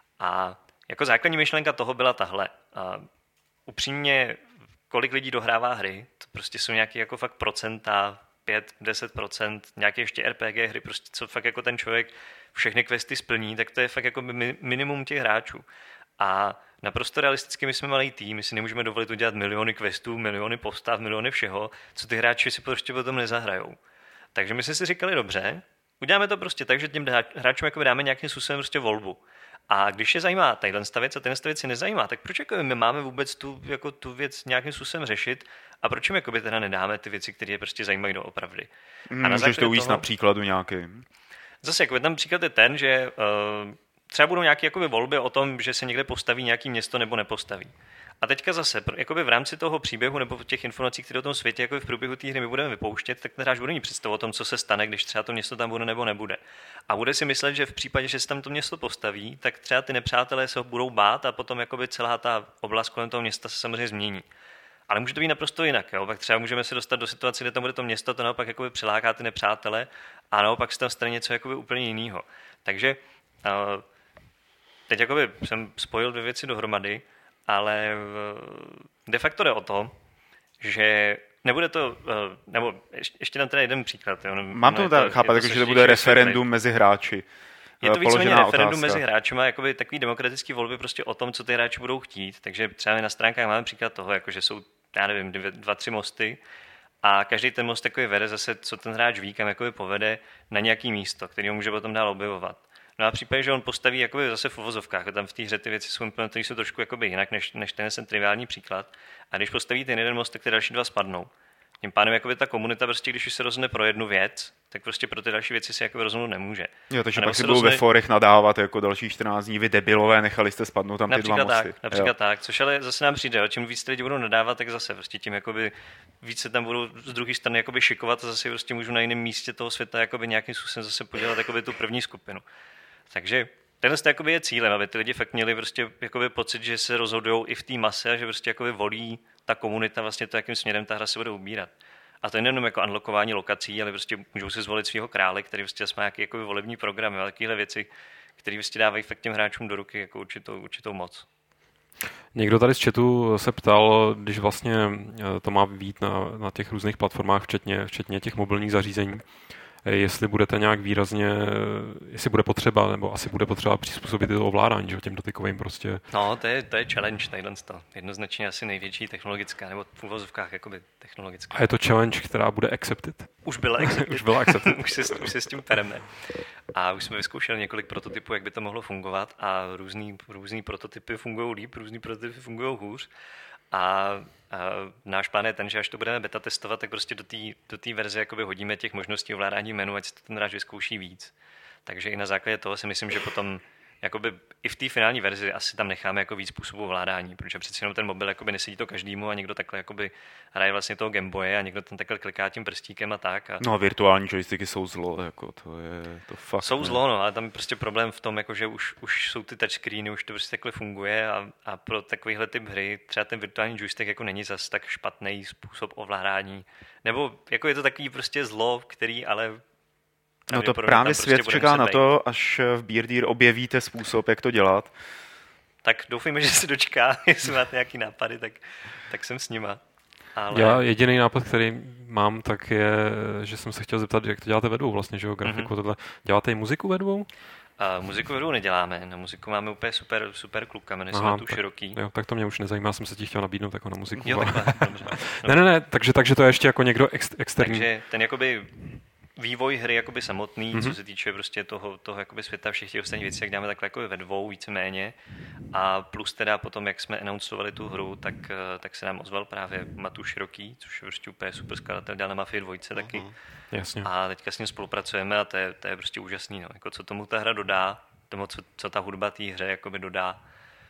A jako základní myšlenka toho byla tahle. A upřímně, kolik lidí dohrává hry, to prostě jsou nějaké jako fakt procenta, pět deset procent, nějaké ještě R P G hry, prostě co fakt jako ten člověk všechny questy splní, tak to je fakt jako minimum těch hráčů. A naprosto realisticky my jsme malý tým, my si nemůžeme dovolit udělat miliony questů, miliony postav, miliony všeho, co ty hráči si prostě potom nezahrajou. Takže my jsme si říkali, dobře, uděláme to prostě tak, že těm hráčům jako dáme nějakým způsobem prostě volbu. A když je zajímá tadyhle věc a tenhle věc si nezajímá, tak proč jako my máme vůbec tu, jako tu věc nějakým způsobem řešit a proč jim jako by teda nedáme ty věci, které je prostě zajímají doopravdy. Hmm, můžeš to uvíct toho... na příkladu nějakým. Zase jako ten příklad je ten, že uh, třeba budou nějaké jakoby volby o tom, že se někde postaví nějaký město nebo nepostaví. A teďka zase, jakoby v rámci toho příběhu nebo těch informací, které o tom světě jako v průběhu té hry my budeme vypouštět, tak ten hráč bude mít představu o tom, co se stane, když třeba to město tam bude nebo nebude. A bude si myslet, že v případě, že se tam to město postaví, tak třeba ty nepřátelé se ho budou bát a potom jakoby celá ta oblast kolem toho města se samozřejmě změní. Ale může to být naprosto jinak. Jo? Pak třeba můžeme se dostat do situace, kde tam bude to město, to naopak jakoby přiláká ty nepřátele a naopak se tam stane něco jakoby úplně jiného. Takže uh, teď jakoby jsem spojil dvě věci dohromady, ale de facto jde o to, že nebude to, nebo ještě tam teda jeden příklad. Jo. Mám to tak chápat, jako, že to bude referendum mezi hráči. Je to víceméně referendum mezi hráči, jakoby takový demokratický volby prostě o tom, co ty hráči budou chtít. Takže třeba na stránkách máme příklad toho, jako že jsou, já nevím, dvě, dva, tři mosty a každý ten most takový vede zase, co ten hráč ví, kam jakoby povede na nějaký místo, který ho může potom dál objevovat. No a v případě, že on postaví jakoby zase v uvozovkách, tam v té hře ty věci jsou implementované jsou trošku jakoby jinak, než, než ten ten triviální příklad. A když postaví ten jeden most, tak ty další dva spadnou. Tím pádem jakoby ta komunita, prostě, když už se rozhodne pro jednu věc, tak prostě pro ty další věci si jakoby rozhodnout nemůže. Jo, takže pak si budou rozhodne... ve forech nadávat jako další čtrnáct dní, vy debilové, nechali jste spadnout tam ty například dva mosty. Tak, například jo. tak, což ale zase nám přijde, čím víc lidi budou nadávat, tak zase prostě tím jakoby víc se tam budou z druhé strany jakoby šikovat a zase prostě můžu na jiném místě toho světa jakoby nějakým způsobem zase podělat jakoby tu první skupinu. Takže tenhle jakoby je cílem, aby ty lidi fakt měli prostě jakoby pocit, že se rozhodují i v té mase a že prostě jakoby volí ta komunita vlastně to, jakým směrem ta hra se bude ubírat. A to je nejenom jako unlockování lokací, ale prostě můžou si zvolit svého krále, který prostě má nějaký jakoby volební program a takovéhle věci, které prostě dávají fakt těm hráčům do ruky jako určitou, určitou moc. Někdo tady z chatu se ptal, když vlastně to má být na, na těch různých platformách, včetně, včetně těch mobilních zařízení, jestli budete nějak výrazně, jestli bude potřeba, nebo asi bude potřeba přizpůsobit to ovládání, že těm dotykovým prostě. No, to je, to je challenge, tadyhle to. Jednoznačně asi největší technologická, nebo v uvozovkách jakoby technologická. A je to challenge, která bude accepted? Už byla accepted. už byla accepted. už, se, už se s tím pereme. A už jsme vyzkoušeli několik prototypů, jak by to mohlo fungovat a různý, různý prototypy fungují líp, různý prototypy fungují hůř. A, a náš plán je ten, že až to budeme beta testovat, tak prostě do té do té verze jakoby hodíme těch možností ovládání menu, ať si to ten hráč vyzkouší víc. Takže i na základě toho si myslím, že potom jakoby i v té finální verzi asi tam necháme jako víc způsobů ovládání, protože přeci jenom ten mobil jakoby nesedí to každému a někdo takhle jakoby hraje vlastně toho Gameboye a někdo ten takhle kliká tím prstíkem a tak. A... No a virtuální joysticky jsou zlo, jako to je to fakt. Jsou ne. zlo, no, ale tam je prostě problém v tom, jako, že už, už jsou ty touchscreeny, už to prostě takhle funguje a, a pro takovýhle typ hry třeba ten virtuální joystick jako není zas tak špatný způsob ovládání. Nebo jako je to takový prostě zlo, který ale no to právě svět prostě čeká na to, až v Beardeer objevíte způsob, jak to dělat. Tak doufejme, že se dočká, jestli máte nějaký nápady, tak, tak jsem s nima. Ale... Já jediný nápad, který mám, tak je, že jsem se chtěl zeptat, jak to děláte ve dvou vlastně, že jo, grafiku, mm-hmm. tohle. Děláte i muziku ve dvou? Uh, muziku ve dvou neděláme, na muziku máme úplně super, super kluka, jmenuje se na tu široký. Jo, tak to mě už nezajímá, jsem se ti chtěl nabídnout jako na muziku. Jo, takhle, dobře. ne, ne, ne, takže, takže to je ještě jako někdo ex, externí. Takže ten jakoby vývoj hry jakoby samotný, mm-hmm. co se týče prostě toho, toho jakoby světa všech těch ostatních věcí, jak dáme takhle jako ve dvou víceméně. A plus teda potom, jak jsme announcovali tu hru, tak, tak se nám ozval právě Matuš Široký, což je prostě úplně super skladatel, dělal na Mafii dvojce taky. Uh-huh. Jasně. A teďka s ním spolupracujeme a to je, to je prostě úžasný. No. Jako co tomu ta hra dodá, tomu, co, co ta hudba té hře jakoby dodá,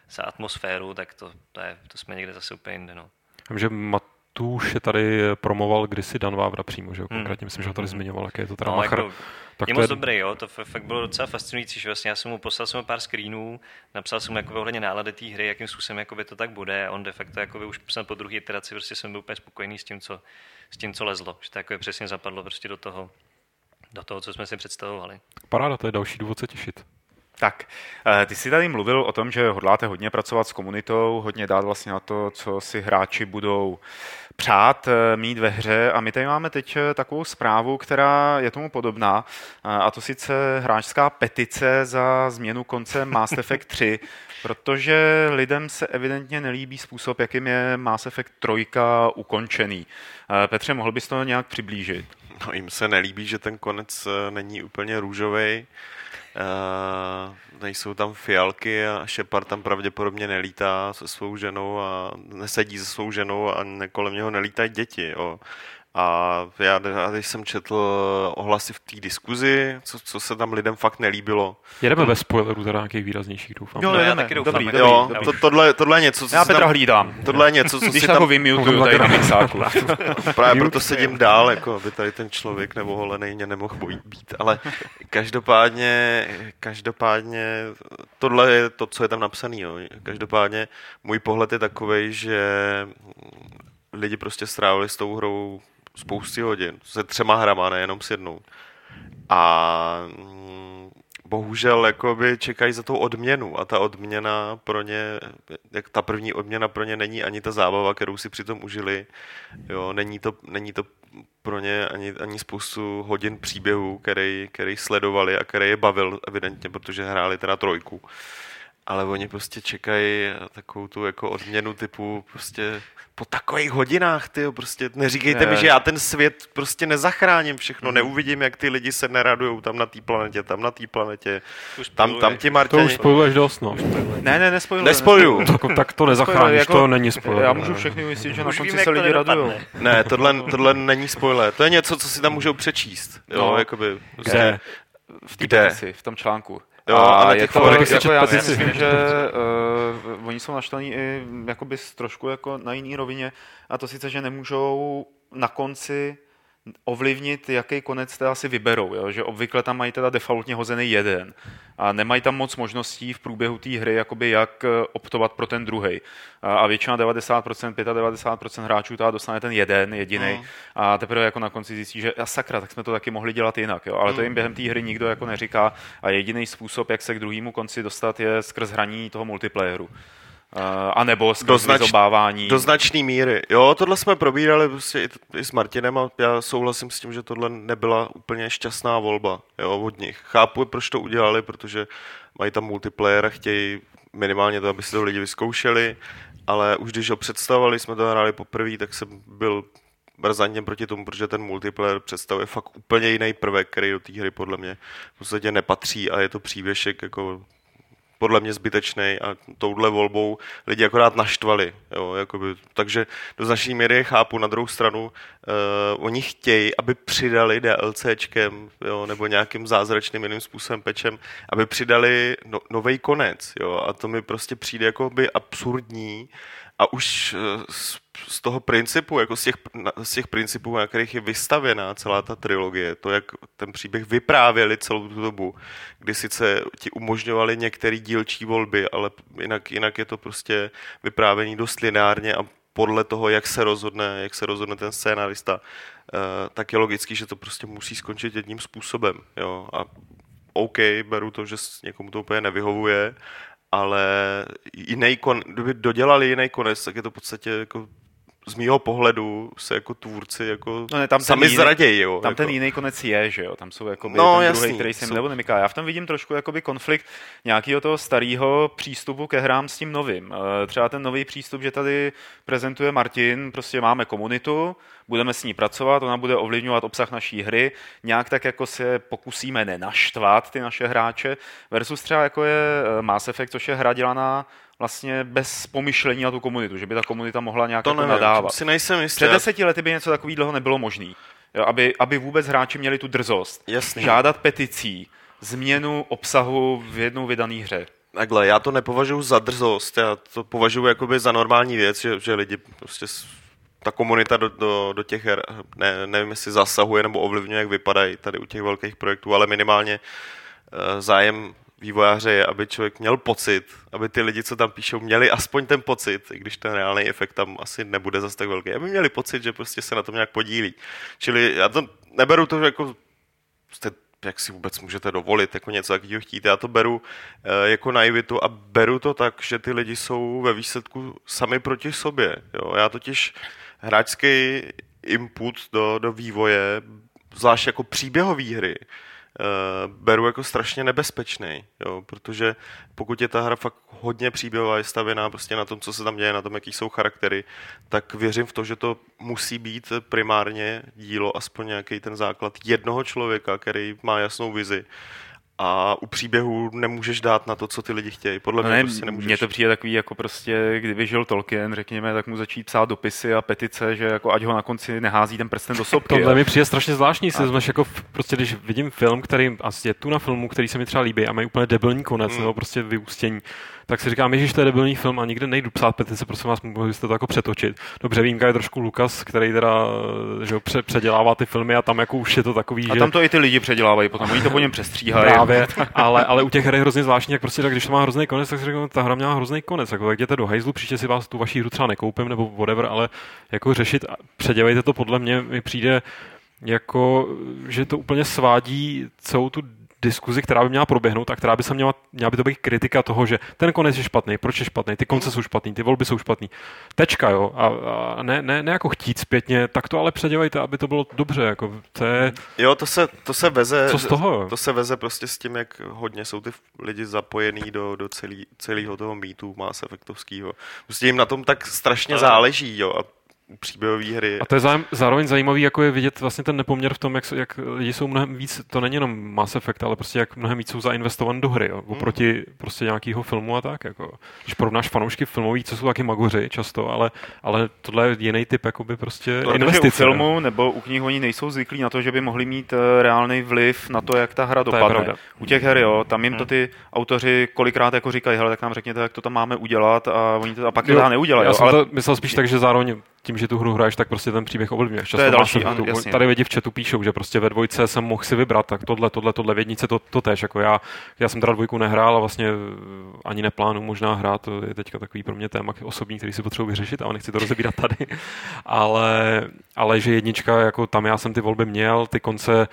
za atmosféru, tak to, to, je, to jsme někde zase úplně jinde. No. Vím, že Matuš je tady promoval kdysi Dan Vávra přímo, že jo? Konkrétně myslím, že ho tady zmiňoval, jak je to teda no, machr. Jako, tak je to moc je... dobrý, jo, to fakt bylo docela fascinující, že vlastně já jsem mu poslal jsem mu pár screenů, napsal jsem mu jako ohledně nálady té hry, jakým způsobem jakoby to tak bude a on de facto jakoby už jsem po druhé iteraci prostě jsem byl úplně spokojený s tím, co, s tím, co lezlo, že to jako přesně zapadlo prostě do toho, do toho, co jsme si představovali. Paráda, to je další důvod se těšit. Tak, ty jsi tady mluvil o tom, že hodláte hodně pracovat s komunitou, hodně dát vlastně na to, co si hráči budou přát mít ve hře a my tady máme teď takovou zprávu, která je tomu podobná a to sice hráčská petice za změnu konce Mass Effect tři, protože lidem se evidentně nelíbí způsob, jakým je Mass Effect tři ukončený. Petře, mohl bys to nějak přiblížit? No, jim se nelíbí, že ten konec není úplně růžovej. Uh, nejsou tam fialky a Shepard tam pravděpodobně nelítá se svou ženou a nesedí se svou ženou a ne, kolem něho nelítají děti. Jo. A já, když jsem četl ohlasy v té diskuzi, co, co se tam lidem fakt nelíbilo. Jedeme bez spoilerů, teda nějakých výraznějších, doufám. Jo, no, já taky doufám. Dobrý, Dobrý, jo, dobrý. to, tohle, tohle je něco, co já si Petra tam, hlídám. tohle je něco, co Když si tak ho tam... vymutuju tady na mixáku. Právě proto sedím dál, jako aby tady ten člověk nebo holenej mě nemohl být, ale každopádně, každopádně tohle je to, co je tam napsaný. Jo. Každopádně můj pohled je takovej, že lidi prostě strávili s tou hrou spousty hodin, se třema hrama, nejenom s jednou. A mm, bohužel jakoby čekají za tou odměnu a ta odměna pro ně, jak ta první odměna pro ně není ani ta zábava, kterou si přitom užili. Jo, není to, není to pro ně ani, ani spoustu hodin příběhů, který, který sledovali a který je bavil evidentně, protože hráli teda trojku. Ale oni prostě čekají takovou tu jako odměnu typu prostě po takových hodinách, tyjo, prostě neříkejte mi, že já ten svět prostě nezachráním všechno, mm. neuvidím, jak ty lidi se neradujou tam na té planetě, tam na té planetě, tam, tam ti Marťani... To už spojuješ dost, no. Ne, ne, nespojuju. Nespojuju. Tak, tak to nezachráníš, jako, to není spoiler. Já můžu všechny ujistit, že už na konci vím, se lidi radujou. Ne, tohle, tohle není spoiler, to je něco, co si tam můžou přečíst. Jo, no, jakoby, prostě, kde? V té petici, v tom článku. Jo, a je to, forek jako já si petici. myslím, že uh, oni jsou naštvaní i jakoby trošku jako na jiný rovině a to sice, že nemůžou na konci ovlivnit, jaký konec teda si vyberou, jo? Že obvykle tam mají teda defaultně hozený jeden a nemají tam moc možností v průběhu té hry, jakoby jak optovat pro ten druhej. A většina devadesát procent, devadesát pět procent hráčů teda dostane ten jeden jediný mm. a teprve jako na konci zjistí, že a sakra, tak jsme to taky mohli dělat jinak, jo? Ale mm. to jim během té hry nikdo jako neříká a jediný způsob, jak se k druhému konci dostat, je skrz hraní toho multiplayeru. Uh, a nebo skrz vyzobávání. Do značné míry. Jo, tohle jsme probírali prostě i, i s Martinem a já souhlasím s tím, že tohle nebyla úplně šťastná volba, jo, od nich. Chápu, proč to udělali, protože mají tam multiplayer a chtějí minimálně to, aby si to lidi vyzkoušeli, ale už když ho představovali, jsme to hráli poprvé, tak jsem byl brzantně proti tomu, protože ten multiplayer představuje fakt úplně jiný prvek, který do té hry podle mě v podstatě nepatří a je to příběšek jako podle mě zbytečný a touhle volbou lidi akorát naštvali. Jo, jakoby. Takže do značné míry chápu. Na druhou stranu uh, oni chtějí, aby přidali DLCčkem, jo, nebo nějakým zázračným jiným způsobem pečem, aby přidali no, novej konec. Jo, a to mi prostě přijde jako by absurdní a už uh, z, z toho principu, jako z těch, z těch principů, na kterých je vystavěná celá ta trilogie, to, jak ten příběh vyprávěli celou tu dobu, kdy sice ti umožňovali některé dílčí volby, ale jinak, jinak je to prostě vyprávění dost lineárně a podle toho, jak se rozhodne, jak se rozhodne ten scénarista, uh, tak je logický, že to prostě musí skončit jedním způsobem. Jo? A OK, beru to, že někomu to úplně nevyhovuje, ale jiný kon, kdyby dodělali jiný konec, tak je to v podstatě jako z mýho pohledu se jako tvůrci jako no ne, tam sami jiný, zradějí. Jo, tam jako. ten jiný konec je, že jo, tam jsou jakoby no, ten jasný, druhý, který se jim jsou... nebo nemyká. Já v tom vidím trošku jakoby konflikt nějakého toho starého přístupu ke hrám s tím novým. Třeba ten nový přístup, že tady prezentuje Martin, prostě máme komunitu, budeme s ní pracovat, ona bude ovlivňovat obsah naší hry, nějak tak jako se pokusíme nenaštvat ty naše hráče, versus třeba jako je Mass Effect, což je hra dělaná vlastně bez pomyšlení na tu komunitu, že by ta komunita mohla nějak to jako nevím, nadávat. Si nejsem jistý. Před deseti lety by něco takového nebylo možné. Aby, aby vůbec hráči měli tu drzost. Jasný. Žádat peticí, změnu obsahu v jednou vydané hře. Takhle, já to nepovažuji za drzost, já to považuji jakoby za normální věc, že, že lidi prostě, ta komunita do, do, do těch her, ne, nevím, jestli zasahuje nebo ovlivňuje, jak vypadají tady u těch velkých projektů, ale minimálně uh, zájem vývojáře je, aby člověk měl pocit, aby ty lidi, co tam píšou, měli aspoň ten pocit, i když ten reálný efekt tam asi nebude zase tak velký, aby měli pocit, že prostě se na tom nějak podílí. Čili já to neberu to, že jako jste, jak si vůbec můžete dovolit jako něco takového chtít. Já to beru e, jako naivitu a beru to tak, že ty lidi jsou ve výsledku sami proti sobě. Jo? Já totiž hráčský input do, do vývoje, zvlášť jako příběhové hry, Uh, beru jako strašně nebezpečný, jo, protože pokud je ta hra fakt hodně příběhová, je stavěná prostě na tom, co se tam děje, na tom, jaký jsou charaktery, tak věřím v to, že to musí být primárně dílo, aspoň nějaký ten základ jednoho člověka, který má jasnou vizi. A u příběhu nemůžeš dát na to, co ty lidi chtějí. Podle no mě ne, prostě nemůžeš. Mně to přijde takový, jako prostě, kdyby žil Tolkien, řekněme, tak mu začít psát dopisy a petice, že jako ať ho na konci nehází ten prsten do sopky. Tohle a... mi přijde strašně zvláštní, si vezmeš jako prostě, když vidím film, který, a je tu na filmu, který se mi třeba líbí a mají úplně debilní konec, mm. nebo prostě vyústění, tak si říkám, ježiš, to je debilní film a nikde nejdu psát petice, prosím vás, mohli byste to jako přetočit. Dobře, výjimka je trošku Lucas, který teda že pře- předělává ty filmy a tam jako už je to takový, a že... tam to i ty lidi předělávají, potom oni to po něm přestříhají. Právě, ale, ale u těch her je hrozně zvláštní, jak prostě tak, když to má hrozný konec, tak si říkám, ta hra měla hrozný konec, jako, tak jděte do hajzlu, příště si vás tu vaší hru třeba nekoupím nebo whatever, ale jako řešit, předělejte to, podle mě mi přijde jako, že to úplně svádí celou tu diskuzi, která by měla proběhnout a která by se měla, měla by to být kritika toho, že ten konec je špatný, proč je špatný, ty konce jsou špatný, ty volby jsou špatný. Tečka, jo. A, a ne, ne, ne jako chtít zpětně, tak to ale předělejte, aby to bylo dobře, jako to je... Jo, to se, to se veze... Co z toho? To se veze prostě s tím, jak hodně jsou ty lidi zapojení do, do celý, celého toho mýtu Mass Effectovského. Prostě jim na tom tak strašně ale... záleží, jo. A příběhové hry. A to je zájem, zároveň zajímavý, jako je vidět vlastně ten nepoměr v tom, jak, jak lidi jsou mnohem víc, to není jenom Mass Effect, ale prostě jak mnohem víc jsou zainvestovaní do hry, jo, oproti mm. prostě nějakého filmu a tak, jako. Když porovnáš fanoušky filmový, co jsou taky magoři často, ale, ale tohle je jiný typ, jakoby prostě to, investice. U filmu nebo u knih oni nejsou zvyklí na to, že by mohli mít uh, reálný vliv na to, jak ta hra dopadne. U těch her, jo, tam jim mm. to ty autoři kolikrát jako říkají, hele, tak nám řekněte, jak to tam máme udělat a oni to a pak to neudělají. Já jo, jsem ale... to myslel spíš tak, že zároveň tím, že tu hru hraješ, tak prostě ten příběh ovlivňuješ. To je další, ano, tady lidi v chatu píšou, že prostě ve dvojce jsem mohl si vybrat, tak tohle, tohle, tohle, v jednice to, to tež. Jako já, já jsem teda dvojku nehrál a vlastně ani neplánu možná hrát, to je teďka takový pro mě téma osobní, který si potřebuji vyřešit, ale nechci to rozebírat tady. ale, ale že jednička, jako tam já jsem ty volby měl, ty konce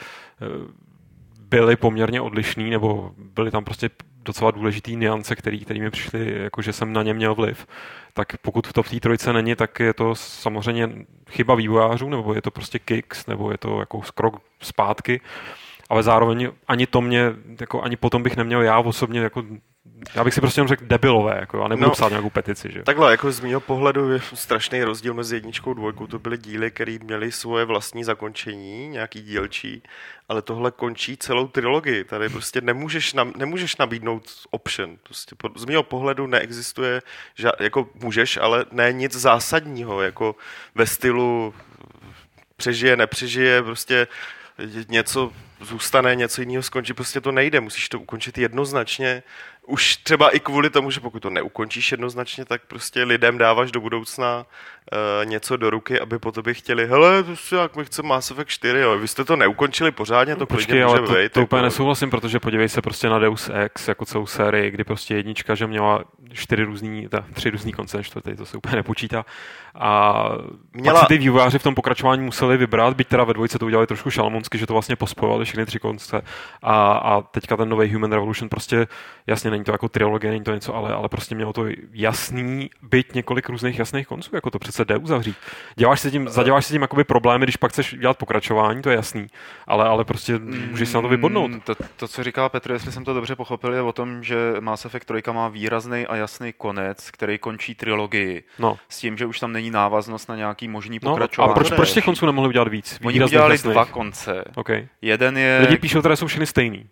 byly poměrně odlišný, nebo byly tam prostě docela důležitý niance, který, který mi přišly, jako že jsem na ně měl vliv. Tak pokud to v té trojce není, tak je to samozřejmě chyba vývojářů, nebo je to prostě kicks, nebo je to jako krok zpátky, ale zároveň ani to mě, jako ani potom bych neměl já osobně, jako já bych si prostě jenom řekl debilové, jako, a nebudu no, psát nějakou petici. Že? Takhle, jako z mého pohledu je strašný rozdíl mezi jedničkou a dvojkou. To byly díly, které měly svoje vlastní zakončení, nějaký dílčí, ale tohle končí celou trilogii. Tady prostě nemůžeš, nam, nemůžeš nabídnout option. Prostě z mého pohledu neexistuje, že, jako můžeš, ale ne nic zásadního, jako ve stylu přežije, nepřežije, prostě něco zůstane, něco jiného skončí, prostě to nejde. Musíš to ukončit jednoznačně. Už třeba i kvůli tomu, že pokud to neukončíš jednoznačně, tak prostě lidem dáváš do budoucna uh, něco do ruky, aby po tobě chtěli, hele, to jak my chceme Mass Effect čtyři, jo, vy jste to neukončili pořádně, to no, klidně počkej, může ale to, vejt. to jako... úplně nesouhlasím, protože podívej se prostě na Deus Ex, jako celou sérii, kdy prostě jednička, že měla čtyři různý, ta, tři různý konce, čtvrtý, to se úplně nepočítá. A měla... pak si ty vývojáři v tom pokračování museli vybrat, byť teda ve dvojce to udělali trošku šalmonsky, že to vlastně pospojovali všechny tři konce. A, a teďka ten nový Human Revolution prostě, jasně není to jako trilogie, není to něco, ale, ale prostě mělo to jasný, byť několik různých jasných konců, jako to přece jde uzavřít. Děláš si tím, zaděláš si tím jakoby problémy, když pak chceš dělat pokračování, to je jasný, ale, ale prostě můžeš se na to vybodnout. To, to, co říká Petr, jestli jsem to dobře pochopil, je o tom, že Mass Effect tři má výrazný a jasný konec, který končí trilogii. No. S tím, že už tam není návaznost na nějaký možný pokračování. No, a proč, proč těch konců nemohli udělat víc? Oni udělali dva konce. Okay. Jeden je... Lidi píšou, které jsou všechny stejný.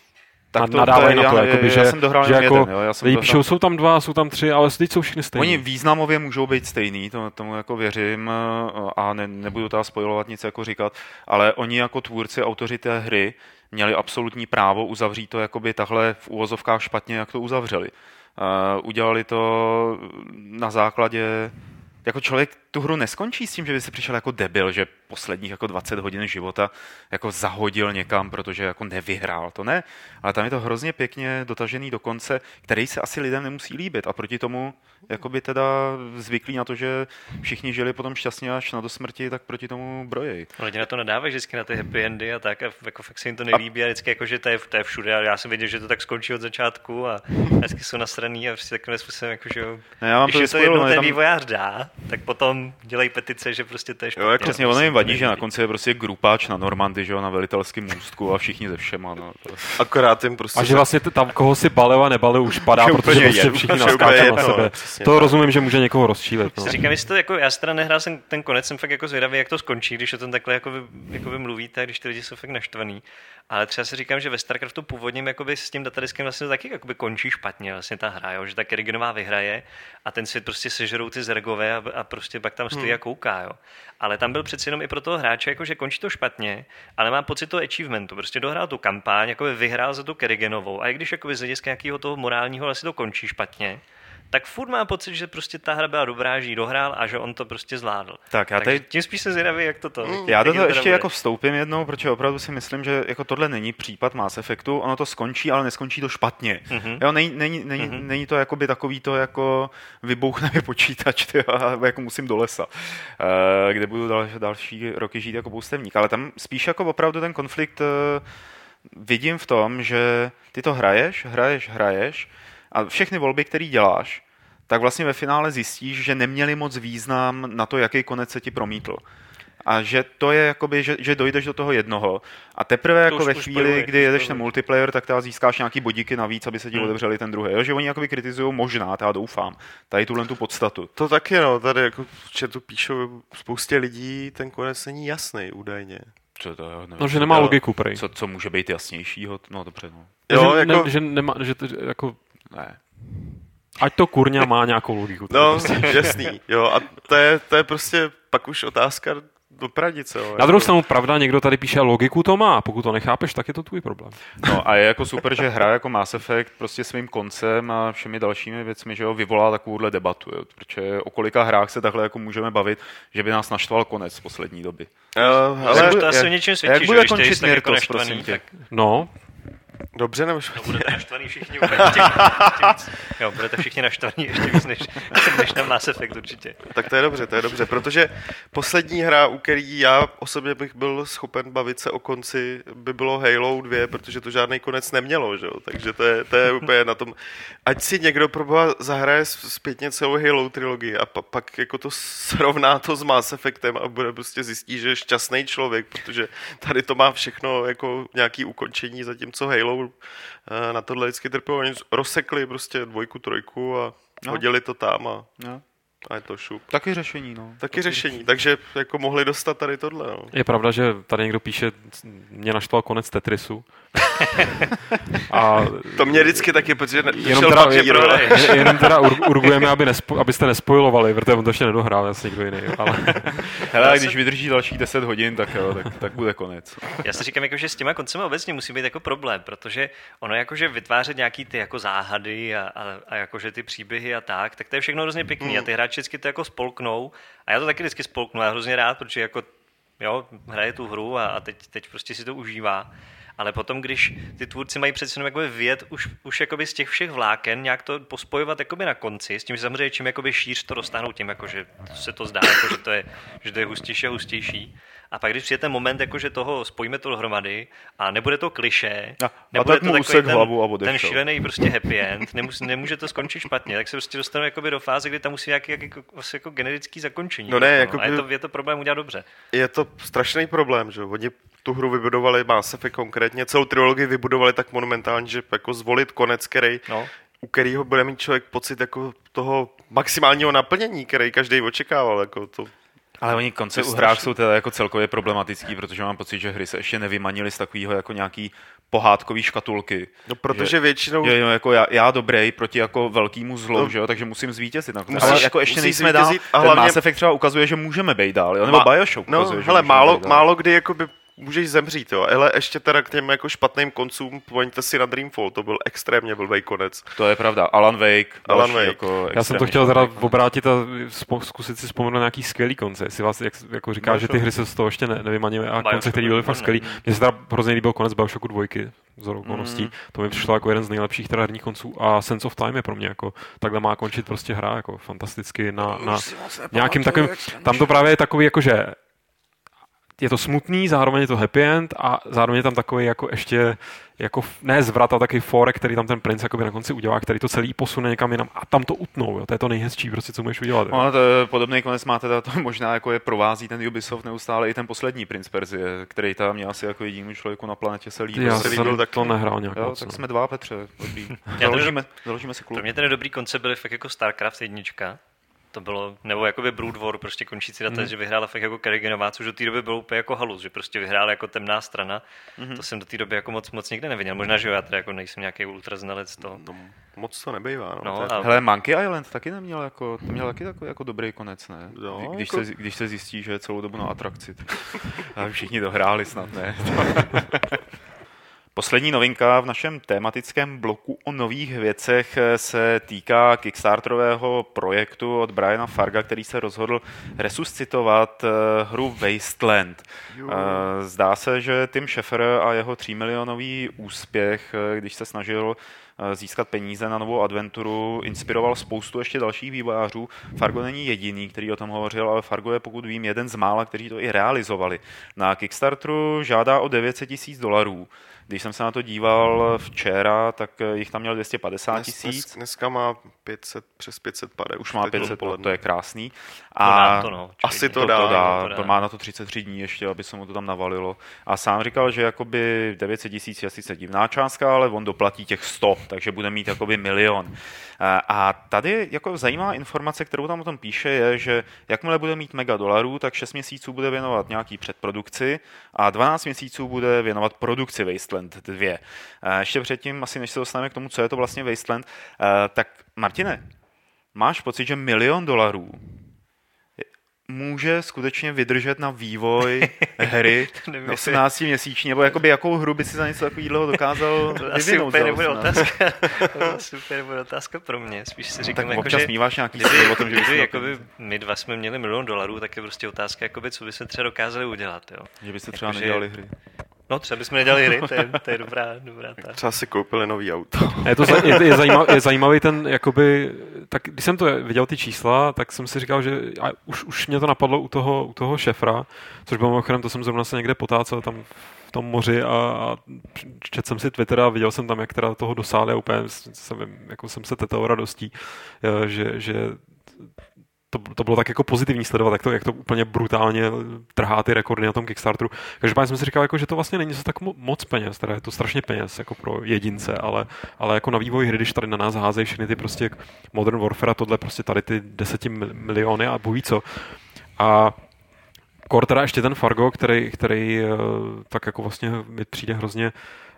Tak to, nadávají to je, na to, já, jakoby, já, že, já jsem dohrál že jako, jeden, jo, já jsem lidi dohrál... píšou, jsou tam dva, jsou tam tři, ale teď jsou všichni stejný. Oni významově můžou být stejný, to, tomu jako věřím a ne, nebudu teda spojovat nic jako říkat, ale oni jako tvůrci, autoři té hry měli absolutní právo uzavřít to jakoby takhle v úvozovkách špatně, jak to uzavřeli. Uh, udělali to na základě, jako člověk tu hru neskončí s tím, že by si přišel jako debil, že posledních jako dvacet hodin života jako zahodil někam, protože jako nevyhrál, to ne. Ale tam je to hrozně pěkně dotažený do konce, který se asi lidem nemusí líbit a proti tomu jakoby teda zvyklí na to, že všichni žili potom šťastně až na do smrti, tak proti tomu brojí. Lidi na to nadávají vždycky na ty happy endy a tak a jako fakt se jim to nelíbí a vždycky jako, že to je, to je všude a já jsem věděl, že to tak skončí od začátku a vždycky jsou nasraný a prostě takovým způsobem jako, že ne, já vám když to je to jednou ten tam... vývojář dá, tak potom dělají petice, že prostě to je špatně. Jo, jako přesně, ono jim vadí, že na konci je prostě grupáč na Normandy, že jo, na velitelském můstku a všichni ze všema. No. Akorát jim prostě... A že vlastně tam, koho si balil a nebalil, už padá, protože prostě všichni naskáčou na sebe. To rozumím, že může někoho rozčílit. No. Říkám, jestli to jako, já si teda nehrál jsem ten konec, jsem fakt jako zvědavý, jak to skončí, když o tom takhle jako vy, jako vy mluvíte, když ty lidi jsou fakt naštvaný. Ale třeba si říkám, že ve StarCraftu původním jakoby s tím datadiskem vlastně taky jakoby končí špatně vlastně ta hra, jo? Že ta Kerriganová vyhraje a ten svět prostě sežerou ty zergové a, a prostě pak tam stojí hmm. a kouká. Jo? Ale tam byl přeci jenom i pro toho hráče, jako, že končí to špatně, ale mám pocit toho achievementu. Prostě dohrál tu kampaň, jakoby vyhrál za tu Kerriganovou a i když jakoby z hlediska nějakého toho morálního vlastně to končí špatně, tak furt mám pocit, že prostě ta hra byla dobrá, že ji dohrál a že on to prostě zvládl. Tak já tady... tím spíš se zvědavý, jak to to. Mm, já do toho ještě bude. Jako vstoupím jednou, protože opravdu si myslím, že jako tohle není případ Mass Effectu, ono to skončí, ale neskončí to špatně. Mm-hmm. Jo, není, není, není, mm-hmm. není to jakoby takový to jako vybouchne mi počítač, tyjo, a jako musím do lesa, uh, kde budu dal, další roky žít jako poustevník. Ale tam spíš jako opravdu ten konflikt uh, vidím v tom, že ty to hraješ, hraješ, hraješ a všechny volby, které děláš, tak vlastně ve finále zjistíš, že neměli moc význam na to, jaký konec se ti promítl. A že to je jakoby, že, že dojdeš do toho jednoho a teprve jako už, ve chvíli, kdy jedeš ten multiplayer, tak teda získáš nějaký bodíky navíc, aby se ti hmm. otevřeli ten druhý. Jo? Že oni jakoby kritizují možná, já doufám, tady tuhle tu podstatu. To taky no, tady jako v chatu píšou spoustě lidí, ten konec není jasný údajně. Co to, jo, nevím, no, že nemá to, logiku prej. Co, co může být jasnějšího? No dobře, no. Jo, že, jako... ne, že nemá, že to jako... Ne. Ať to kurňa má nějakou logiku. No, prostě. Jasný, jo, a to je, to je prostě pak už otázka do pradice. Jo, na druhou stranu pravda, někdo tady píše, logiku to má, pokud to nechápeš, tak je to tvůj problém. No a je jako super, že hra jako Mass Effect prostě svým koncem a všemi dalšími věcmi, že jo, vyvolá takovouhle debatu, jo, protože o kolika hrách se takhle jako můžeme bavit, že by nás naštval konec v poslední doby. Uh, ale to asi o něčem svědčí, jak že bude když končit jste jako Nirtos, naštvaný, tak... No, dobře nebo špatně? No, budete naštvaný všichni úplně těch, těch, jo, budete všichni naštvaný ještě víc než, než na Mass Effect určitě. Tak to je dobře, to je dobře, protože poslední hra, u který já osobně bych byl schopen bavit se o konci, by bylo Halo dva, protože to žádný konec nemělo, že jo? Takže to je, to je úplně na tom, ať si někdo proboha zahraje zpětně celou Halo trilogii a pa, pak jako to srovná to s Mass Effectem a bude prostě zjistí, že je šťastný člověk, protože tady to má všechno jako nějaký ukončení, zatímco Halo na tohle vždycky trpělo. Oni rozsekli prostě dvojku, trojku a no. hodili to tam a, no. a je to šup. Taky řešení, no. Taky, Taky řešení, takže jako mohli dostat tady tohle, no. Je pravda, že tady někdo píše, mě naštval konec Tetrisu. A to mě vždycky taky, protože jenom teda, je, jenom teda urgujeme, aby nespo, abyste nespojovali, protože on to ještě nedohrál, asi někdo jiný. Ale... Hele, když vydrží dalších deset hodin, tak, jo, tak, tak bude konec. Já si říkám, jako, že s těma koncema obecně musí být jako problém, protože ono jakože vytvářet nějaký ty jako záhady a, a, a jakože ty příběhy a tak, tak to je všechno hrozně pěkný hmm. a ty hráči vždycky to jako spolknou a já to taky vždycky spolknu, já hrozně rád, protože jako jo, hraje tu hru a, a teď, teď prostě si to užívá. Ale potom, když ty tvůrci mají přece jenom jakoby vyjet už, už jakoby z těch všech vláken, nějak to pospojovat jakoby na konci, s tím, že samozřejmě čím jakoby šíř to roztáhnout tím, jako, že se to zdá, jako, že, to je, že to je hustější a hustější. A pak, když přijde ten moment, jako, že toho spojíme to dohromady a nebude to klišé, a, nebude a to takový ten, hlavu ten šílený prostě happy end, nemus, nemůže to skončit špatně, tak se prostě dostane jakoby do fáze, kdy tam musí nějaký jak, jako, vlastně jako generický zakončení. No ne, jako, jako, a je to, je to problém udělat dobře. Je to strašný problém, že oni tu hru vybudovali, Mass Effect konkrétně, celou trilogii vybudovali tak monumentálně, že jako zvolit konec, který, no. u kterého bude mít člověk pocit jako toho maximálního naplnění, který každý očekával. Jako to, ale oni konce u hrách jsou teda jako celkově problematický, protože mám pocit, že hry se ještě nevymanily z takového jako nějaký pohádkový škatulky. No protože že, většinou... Že, no, jako já, já dobrý proti jako velkýmu zlu, no. že jo, takže musím zvítězit. Musíš, ale jako ještě nejsme dál. A hlavně... Mass Effect třeba ukazuje, že můžeme být dál, jo? Nebo Ma... Bioshock no, ukazuje, že hele, málo, být dál. málo kdy jakoby můžeš zemřít, jo. Ale ještě teda k těm jako špatným koncům, poňte si na Dreamfall, to byl extrémně blbej konec. To je pravda. Alan Wake. Alan Wake. Jako Já jsem to chtěl teda obrátit a zkusit si vzpomenout na nějaký skvělý konce. Jestli vás jak, jako říká, no, že ty hry se z toho ještě ne, nevymanily a konce, které byly fakt skvělý. Mně se teda hrozně líbil konec Bioshocku dvojky z okolností. Mm. To mi přišlo jako jeden z nejlepších teda herních konců a Sense of Time je pro mě jako takhle má končit prostě hra jako fantasticky na, na nějakým takovým, tam to právě je takový jako, že je to smutný, zároveň je to happy end a zároveň je tam takový jako ještě jako ne zvrat, ale takový forek, který tam ten princ jakoby na konci udělá, který to celý posune někam jinam a tam to utnou, jo. To je to nejhezčí, prostě, co můžeš udělat. No, to je, podobný konec má teda to možná jako je provází ten Ubisoft neustále i ten poslední Prince Persie, který tam měl asi jako jediný člověku na planetě se líbí. Já jsem tak to nehrál nějak. Jo, tak jsme dva, Petře. Dobrý. Založíme, založíme si klub. Pro mě ten dobrý koncept byly fakt jako StarCraft jednička. To bylo, nebo jakoby Brood War, prostě končící na to, mm. že vyhrála fakt jako Kerriganová, což do té doby bylo úplně jako halus, že prostě vyhrála jako temná strana. Mm. To jsem do té doby jako moc, moc nikde neviděl. Možná, že jo, já teda jako nejsem nějaký ultraznalec to. No, moc to nebejvá, no. no a... Hele, Monkey Island taky neměl jako, to měl taky takový jako dobrý konec, ne? No, když, jako... se, když se zjistí, že je celou dobu na atrakci. A všichni dohráli snad, ne? Poslední novinka v našem tématickém bloku o nových věcech se týká kickstarterového projektu od Briana Farga, který se rozhodl resuscitovat hru Wasteland. Jo. Zdá se, že Tim Schafer a jeho třímilionový úspěch, když se snažil získat peníze na novou adventuru, inspiroval spoustu ještě dalších vývojářů. Fargo není jediný, který o tom hovořil, ale Fargo je, pokud vím, jeden z mála, kteří to i realizovali. Na Kickstarteru žádá o devět set tisíc dolarů. Když jsem se na to díval včera, tak jich tam měl dvě stě padesát tisíc. Dneska má pět set, přes pět set pade. Už má pět set, to, to je krásný. A to no, asi to, to, dá, to dá. To dá. Má na to třicet tři dní ještě, aby se mu to tam navalilo. A sám říkal, že jakoby devět set tisíc je sice divná částka, ale on doplatí těch sto, takže bude mít jakoby milion. A tady jako zajímavá informace, kterou tam o tom píše, je, že jakmile bude mít mega dolarů, tak šest měsíců bude věnovat nějaký předprodukci a dvanáct měsíců bude věnovat produkci Wasteland dva. Ještě předtím, asi než se dostaneme k tomu, co je to vlastně Wasteland, tak Martine, máš pocit, že milion dolarů může skutečně vydržet na vývoj hry osmnáct měsíčně, nebo jakoby jakou hru by si za něco takového dokázal vyvinout? Asi úplně nebude otázka. Asi úplně nebude otázka pro mě. Spíš si říkám, tak jako, občas že míváš nějaký kdyby, o tom, že kdyby, jakoby, my dva jsme měli milion dolarů, tak je prostě otázka, jakoby, co by se třeba dokázali udělat. Jo? Že byste třeba jako, nedělali hry. No, třeba bychom nedělali hry, to je, to je dobrá, dobrá ta. Třeba si koupili nový auto. Je, to, je, je, zajímavý, je zajímavý ten, jakoby, tak když jsem to viděl ty čísla, tak jsem si říkal, že a už, už mě to napadlo u toho, u toho Šefra, což bylo mimochodem, to jsem zrovna se někde potácel tam v tom moři a, a četl jsem si Twitter a viděl jsem tam, jak teda toho dosáhli a úplně jsem, jako jsem se tetával radostí, že, že To, to bylo tak jako pozitivní sledovat, jak to, jak to úplně brutálně trhá ty rekordy na tom Kickstarteru. Každopádně jsem si říkal, jako, že to vlastně není tak moc peněz, teda je to strašně peněz jako pro jedince, ale, ale jako na vývoj hry, když tady na nás házejí všechny ty prostě Modern Warfare a tohle prostě tady ty deseti miliony a bojí co. A kor teda ještě ten Fargo, který, který tak jako vlastně mi přijde hrozně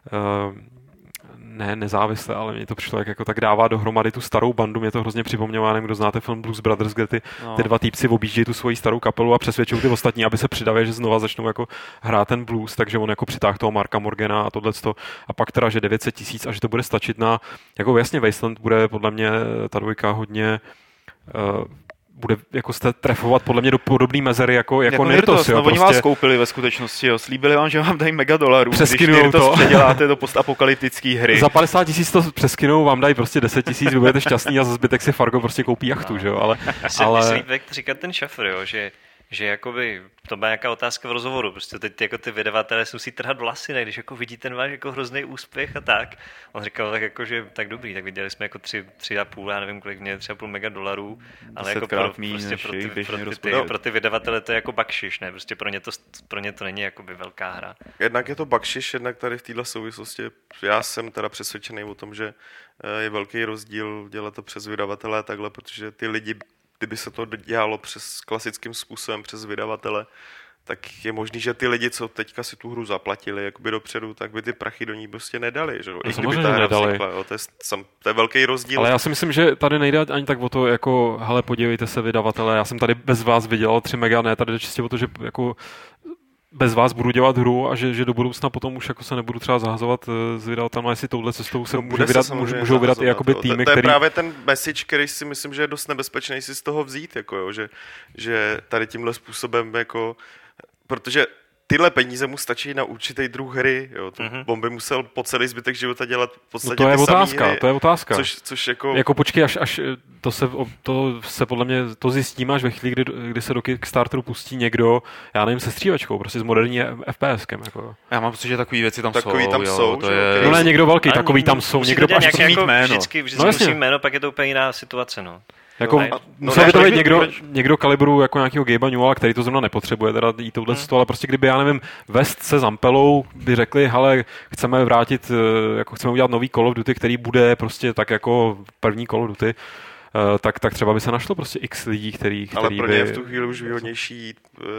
ne nezávisle, ale mě to přišlo, jak jako tak dává dohromady tu starou bandu, mě to hrozně připomnělo, nevím, kdo znáte film Blues Brothers, kde ty, no. ty dva týpci objíždějí tu svoji starou kapelu a přesvědčují ty ostatní, aby se přidali, že znova začnou jako hrát ten blues, takže on jako přitáhl toho Marka Morgana a tohleto a pak teda, že devět set tisíc a že to bude stačit na, jako jasně Wasteland bude podle mě ta dvojka hodně uh, bude jako jste trefovat podle mě do podobné mezery jako, jako, jako Nirtos. Nirtos, jo, no, prostě... oni vás koupili ve skutečnosti, jo. Slíbili vám, že vám dají mega dolarů, když Nirtos to předěláte do postapokalyptické hry. Za padesát tisíc to přeskynou, vám dají prostě deset tisíc, vy budete šťastný a za zbytek si Fargo prostě koupí jachtu, no. Že jo, ale... ale... Myslím, jak to říká ten Schafer, jo, že že jakoby, to byla nějaká otázka v rozhovoru, prostě teď jako ty vydavatelé si musí trhat vlasy, ne? Když jako vidí ten váš jako hrozný úspěch a tak. On říkal tak jako, že tak dobrý, tak viděli jsme jako tři, tři a půl, já nevím kolik, mě tři a půl mega dolarů, ale jako pro, prostě pro, ty, pro, ty, ty, pro ty vydavatele to je jako bakšiš, ne? Prostě pro ně to, pro ně to není jakoby velká hra. Jednak je to bakšiš, jednak tady v této souvislosti, já jsem teda přesvědčený o tom, že je velký rozdíl dělat to přes vydavatele a takhle, protože ty lidi, kdyby se to dělalo přes klasickým způsobem, přes vydavatele, tak je možný, že ty lidi, co teďka si tu hru zaplatili jakoby dopředu, tak by ty prachy do ní prostě nedali. Že? I kdyby ta hra vznikla, jo, to, je, sam, to je velký rozdíl. Ale já si myslím, že tady nejde ani tak o to, jako, hele, podívejte se vydavatele, já jsem tady bez vás viděl tři mega, ne, tady jde čistě o to, že jako bez vás budu dělat hru a že, že do budoucna potom už jako se nebudu třeba zahazovat s vydavatama, jestli touhle cestou se, no, může vydat, se můžou, můžou vydat i jakoby týmy, to, to je který... právě ten message, který si myslím, že je dost nebezpečný si z toho vzít, jako jo, že, že tady tímhle způsobem jako, protože tyhle peníze mu stačí na určitý druh hry, jo. To mm-hmm. On by musel po celý zbytek života dělat v podstatě no to je ty otázka, hry, to je otázka. Což, což jako... jako počkej, až, až to, se, to se podle mě to zjistíme až ve chvíli, kdy, kdy se do Kickstarteru pustí někdo, já nevím, se střívačkou, prostě s moderní FPSkem. Jako. Já mám pocit, že takový věci tam takový jsou. Tam jo, jsou to je... No ne, někdo velký, takový tam jsou. Někdo až musí jako mít jméno. Vždycky, vždycky no, musí jméno, pak je to úplně jiná situace, no. Jako, no, musel by to být někdo, někdo kalibru jako nějakého Gabe'a Newella, který to zrovna nepotřebuje, teda jít touhle hmm. ale prostě kdyby, já nevím, West se Zampelou by řekli, hele, chceme vrátit, jako chceme udělat nový Call of Duty, který bude prostě tak jako první Call of Duty, Uh, tak, tak třeba by se našlo prostě x lidí, který, který ale pro by... ně je v tu chvíli už výhodnější jít,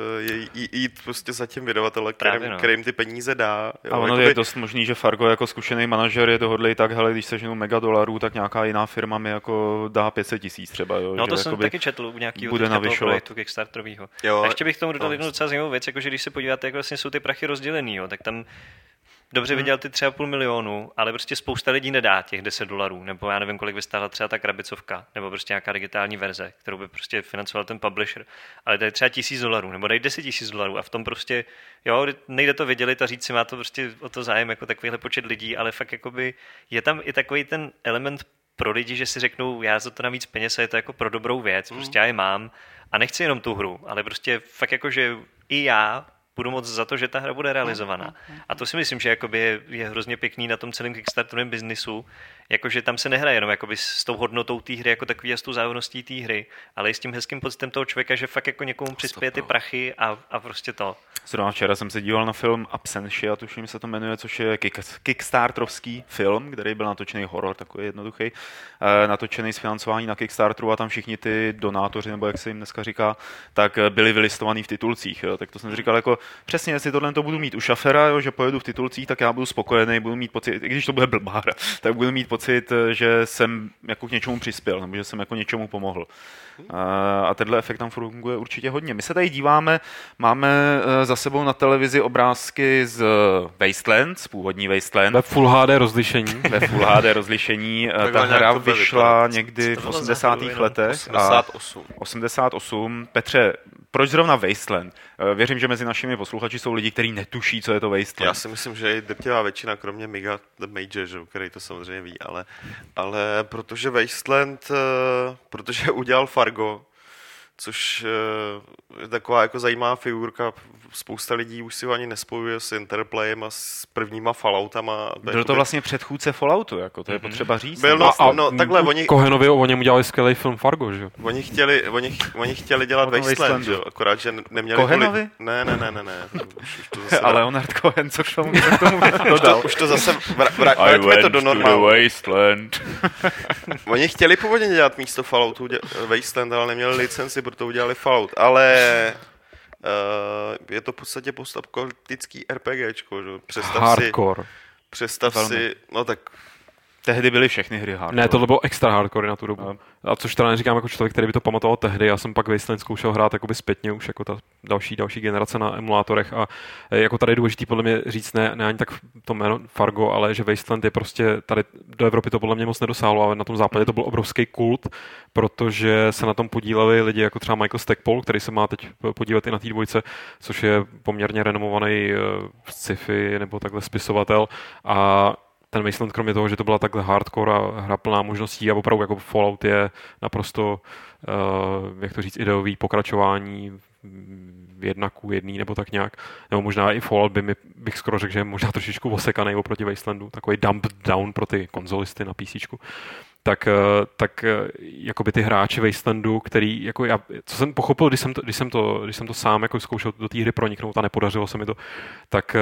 jít, jít prostě za tím vydavatele, kterým, no. kterým ty peníze dá. Jo, a ono jakoby... je dost možný, že Fargo jako zkušený manažer je dohodlej tak, hele, když seženu mega dolarů, tak nějaká jiná firma mi jako dá pět set tisíc třeba. Jo, no to že jsem taky četl u nějakého projektu Kickstarterovýho. Jo, a ještě bych tomu dodal jednu docela zajímavou věc, jakože když se podíváte, jak vlastně jsou ty prachy rozdělený, jo, tak tam dobře vydělal ty třeba půl milionu, ale prostě spousta lidí nedá těch deset dolarů, nebo já nevím, kolik by stála třeba ta krabicovka, nebo prostě nějaká digitální verze, kterou by prostě financoval ten publisher, ale tady třeba tisíc dolarů, nebo dají deset tisíc dolarů a v tom prostě, jo, nejde to vydělit a říct si, má to prostě o to zájem jako takovýhle počet lidí, ale fakt jakoby je tam i takový ten element pro lidi, že si řeknou, já za to navíc peněz a je to jako pro dobrou věc, prostě já je mám a nechci jenom tu hru, ale prostě fakt jako, že i já budu moc za to, že ta hra bude realizovaná. A to si myslím, že jakoby je, je hrozně pěkný na tom celém Kickstarterovém biznisu, jakože tam se nehraje jenom jakoby s tou hodnotou té hry, jako takový a s tou závodností té hry, ale i s tím hezkým pocitem toho člověka, že fakt jako někomu přispěje ty prachy a, a prostě to. Zrovna včera jsem se díval na film Absentia, tuším se to jmenuje, což je kickstarterovský film, který byl natočený horor, takový jednoduchý, natočený z financování na Kickstarteru a tam všichni ty donátoři, nebo jak se jim dneska říká, tak byli vylistovaní v titulcích. Jo. Tak to jsem si říkal, jako přesně, jestli tohle to budu mít u šafera, jo, že pojedu v titulcích, tak já budu spokojený, budu mít pocit, i když to bude blbá hra, tak budu mít pocit, že jsem jako k něčemu přispěl, nebo že jsem jako něčemu pomohl. A tenhle efekt tam funguje určitě hodně. My se tady díváme, máme za sebou na televizi obrázky z Wasteland, z původní Wasteland. Ve Full H D rozlišení. Ve Full H D rozlišení. Ta hra vyšla někdy v osmdesátých letech. osmdesát osm. osmdesát osm. Petře, proč zrovna Wasteland? Věřím, že mezi našimi posluchači jsou lidi, kteří netuší, co je to Wasteland. Já si myslím, že je drtivá většina, kromě Miga the Major, že, který to samozřejmě ví, ale, ale protože Wasteland, protože udělal Fargo, což je taková jako zajímavá figurka. Spousta lidí už si ho ani nespojuje s Interplayem a s prvníma Falloutama. Byl to vlastně předchůdce Falloutu, jako to je potřeba říct. Byl, no, a, no, takhle, oni... Kohenovi o něm udělali skvělý film Fargo, že jo? Oni chtěli, oni, oni chtěli dělat Wasteland, že jo? Akorát, že neměli... Kohenovi? Kvůli... Ne, ne, ne, ne, ne. Už, už to zase... Ale Leonard Cohen, co k tomu, co k tomu dodal? Už to zase... Vraťme to do normálu. Wasteland. Oni chtěli původně dělat místo Falloutu Wasteland, ale neměli licenci, proto udělali Fallout, ale... Uh, je to v podstatě postapokalyptický RPGčko, že? Představ hardcore. Si, představ Velmi. si, no tak... Tehdy byly všechny hry hardcore. Ne, tohle bylo extra hardcore na tu dobu. No. A což teda neříkám jako člověk, který by to pamatoval tehdy. Já jsem pak Wasteland zkoušel hrát jakoby zpětně už jako ta další, další generace na emulátorech a jako tady je důležitý podle mě říct ne, ne ani tak to jméno Fargo, ale že Wasteland je prostě tady do Evropy to podle mě moc nedosáhlo, ale na tom západě to byl obrovský kult, protože se na tom podíleli lidi jako třeba Michael Stackpole, který se má teď podívat i na té dvojce, což je poměrně renomovaný sci-fi nebo takhle spisovatel a ten Wasteland, kromě toho, že to byla takhle hardcore a hra plná možností a opravdu jako Fallout je naprosto, uh, jak to říct, ideový pokračování jedna ku jedný nebo tak nějak. Nebo možná i Fallout by mi, bych skoro řekl, že je možná trošičku osekanej oproti Wastelandu. Takový dumped down pro ty konzolisty na PCčku. Tak, tak jakoby ty hráči Wastelandu, který, jako já, co jsem pochopil, když jsem to, když jsem to, když jsem to sám jako zkoušel do té hry proniknout a nepodařilo se mi to, tak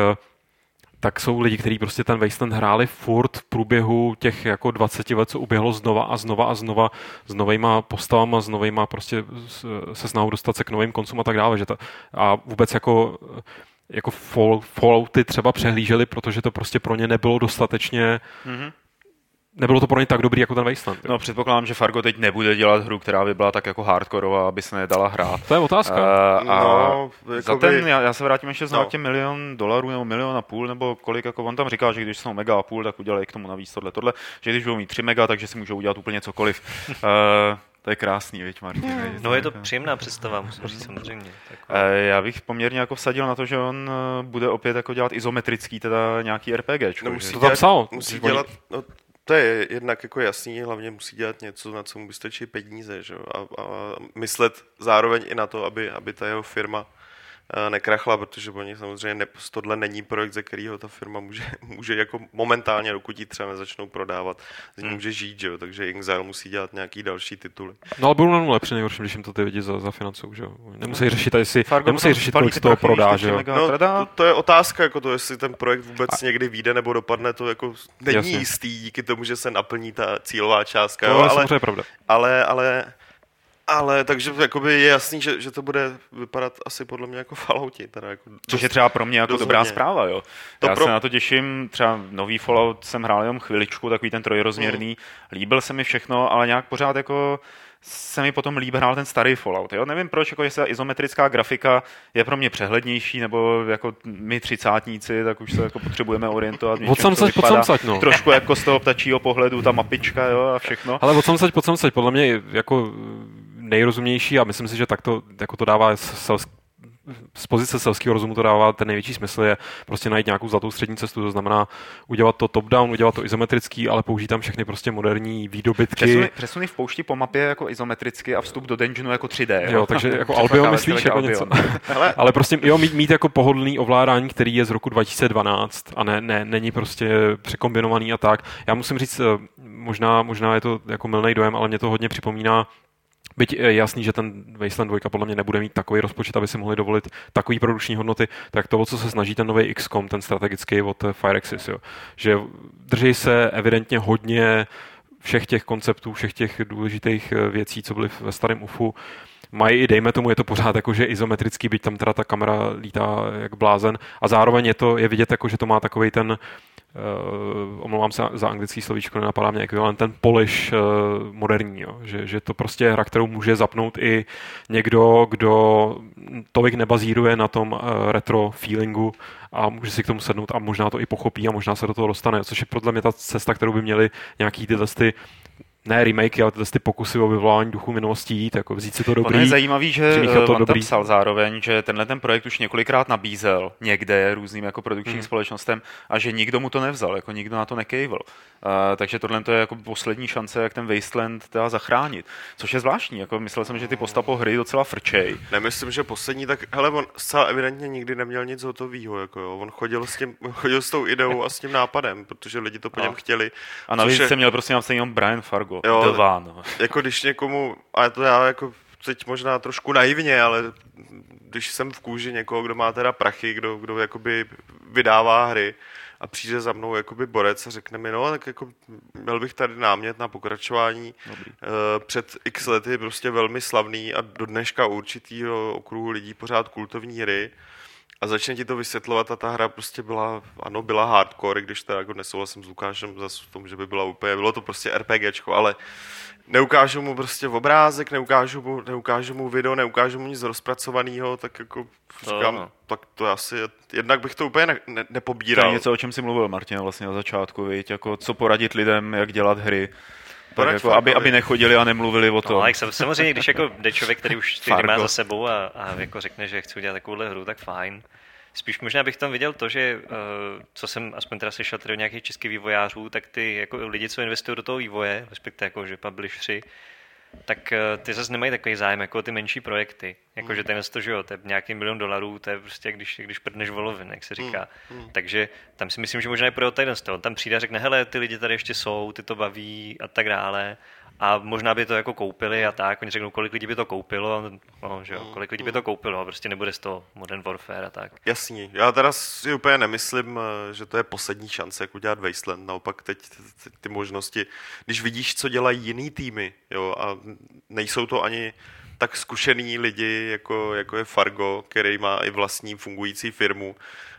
tak jsou lidi, kteří prostě ten Wasteland hráli furt v průběhu těch jako dvacet let, co uběhlo znova a znova a znova s novejma postavama, s novejma prostě se snahou dostat se k novým koncům a tak dále. Že ta, a vůbec jako, jako fall, Fallouty třeba přehlíželi, protože to prostě pro ně nebylo dostatečně mm-hmm. nebylo to pro ně tak dobrý jako ten Wasteland. No, předpokládám, že Fargo teď nebude dělat hru, která by byla tak jako hardkorová, aby se nedala hrát. To je otázka. Uh, a no, za jakoby... ten, já, já se vrátím ještě no. za těm milion dolarů nebo milion a půl, nebo kolik, jako on tam říká, že když jsou mega a půl, tak udělají k tomu navíc tohle, tohle, že když budou mít tři mega, takže si můžou udělat úplně cokoliv. uh, To je krásný, viď, Martin? No je to příjemná představa, musím říct samozřejmě. Taková. Já bych poměrně jako vsadil na to, že on bude opět jako dělat izometrický, teda nějaký RPGčko. No, musí to dělat, tam psal. musí dělat, no, to je jednak jako jasný, hlavně musí dělat něco, na co mu stačí peníze, že? A, a myslet zároveň i na to, aby, aby ta jeho firma nekrachla, protože oni samozřejmě ne, tohle není projekt, ze kterého ta firma může, může jako momentálně, dokud ji třeba nezačnou prodávat, z ní může žít, že jo? Takže Inxile musí dělat nějaký další tituly. No ale budou na nule při nejhorším, když jim to ty lidi za, za financou, že jo? Nemusí řešit, jestli, nemusí řešit, kolik z toho prodá, že jo? No, to, to, je otázka, jako to, jestli ten projekt vůbec a... někdy vyjde nebo dopadne, to jako není Jasně. jistý, díky tomu, že se naplní ta cílová částka. To jo? je ale, samozřejmě pravda. Ale, ale Ale takže jakoby je jasný, že, že to bude vypadat asi podle mě jako Fallouti. Teda jako Což je třeba pro mě jako dobrá hodně. Zpráva, jo. To Já pro... se na to těším, třeba nový Fallout jsem hrál jenom chviličku, takový ten trojrozměrný, mm. líbil se mi všechno, ale nějak pořád jako se mi potom líbí hrál ten starý Fallout. Jo? Nevím proč, jako jestli izometrická grafika je pro mě přehlednější, nebo jako my třicátníci, tak už se jako potřebujeme orientovat. Odsamsať, podsamsať, no. Trošku jako z toho ptačího pohledu, ta mapička, jo, a všechno. Ale odsamsať, podsamsať, podle mě jako nejrozumější a myslím si, že tak to, jako to dává selsk, z pozice selského rozumu to dává ten největší smysl je prostě najít nějakou zlatou střední cestu, to znamená udělat to top-down, udělat to izometrický, ale použít tam všechny prostě moderní výdobytky. Přesuny, přesuny v poušti po mapě jako izometricky a vstup do dungeonu jako tři dé. Jo, jo takže jako Albion myslíš jako Albion. Něco. ale, ale prostě jo, mít, mít jako pohodlný ovládání, který je z roku dva tisíce dvanáct a ne, ne, není prostě překombinovaný a tak. Já musím říct, možná, možná je to jako mylnej dojem, ale mě to hodně připomíná. Byť je jasný, že ten Wasteland dva podle mě nebude mít takový rozpočet, aby si mohli dovolit takový produkční hodnoty, tak to, o co se snaží ten nový X COM, ten strategický od Firaxis, jo. Že drží se evidentně hodně všech těch konceptů, všech těch důležitých věcí, co byly ve starém U F U. Mají i, dejme tomu, je to pořád jako, že izometrický, byť tam teda ta kamera lítá jak blázen a zároveň je to, je vidět jako, že to má takovej ten Uh, omlouvám se za anglický slovíčko, nenapadá mě ekvivalent, ten polish uh, moderní, jo. Že, že to prostě je hra, kterou může zapnout i někdo, kdo tolik nebazíruje na tom uh, retro feelingu a může si k tomu sednout a možná to i pochopí a možná se do toho dostane, což je podle mě ta cesta, kterou by měli nějaký tyhle ty ne remakey, ale ty pokusy o vyvolání duchu minulostí jít, jako vzít si to dobrý. Ono je zajímavý, že to on dobrý. tam psal zároveň, že tenhle ten projekt už několikrát nabízel někde různým jako produkčním hmm. společnostem a že nikdo mu to nevzal, jako nikdo na to nekejvil. Uh, takže tohle to je jako poslední šance, jak ten Wasteland teda zachránit. Což je zvláštní, jako myslel jsem, že ty postapo hry docela frčej. Nemyslím, že poslední, tak hele, on zcela evidentně nikdy neměl nic hotovýho, jako jo. On chodil s tím, chodil s tou ideou a s tím nápadem, protože lidi to po něm chtěli. A navíc je... jsem měl prostě napsaný jenom Brian Fargo. Jo, Devan. Jako když někomu, a to já jako teď možná trošku naivně, ale když jsem v kůži někoho, kdo má teda prachy, kdo, kdo jakoby vydává hry a přijde za mnou jakoby borec a řekne mi, no tak jako měl bych tady námět na pokračování. Dobrý. Před x lety prostě velmi slavný a do dneška určitýho okruhu lidí pořád kultovní hry. A začne ti to vysvětlovat a ta hra prostě byla, ano, byla hardcore, když to jako nesouhlasím s Lukášem zase v tom, že by byla úplně, bylo to prostě RPGčko, ale neukážu mu prostě obrázek, neukážu mu, neukážu mu video, neukážu mu nic rozpracovaného, tak jako říkám, no. tak to asi, jednak bych to úplně ne, ne, nepobíral. To je něco, o čem jsi mluvil, Martin, vlastně na začátku, viď? Jako co poradit lidem, jak dělat hry. Tak jako, aby, aby nechodili a nemluvili o tom. No, samozřejmě, když jako jde člověk, který už ty hry má za sebou a, a jako řekne, že chci udělat takovouhle hru, tak fajn. Spíš možná bych tam viděl to, že uh, co jsem aspoň teda slyšel tady od nějakých českých vývojářů, tak ty jako lidi, co investují do toho vývoje, respektive jako, že publishři, tak uh, ty zase nemají takový zájem jako ty menší projekty. Jako, mm. že ten to, že jo, to je nějaký milion dolarů, to je prostě, když, když prdneš volovin, jak se říká. Mm. Mm. Takže tam si myslím, že možná je pro ten z toho. Tam přijde a řekne, hele, ty lidi tady ještě jsou, ty to baví a tak dále. A možná by to jako koupili a tak, oni řeknou, kolik lidí by to koupilo, no, že jo, kolik lidí by to koupilo, a prostě nebude z toho Modern Warfare a tak. Jasně, já teda si úplně nemyslím, že to je poslední šance, jak udělat Wasteland, naopak teď, teď ty možnosti, když vidíš, co dělají jiný týmy, jo, a nejsou to ani tak zkušený lidi, jako, jako je Fargo, který má i vlastní fungující firmu,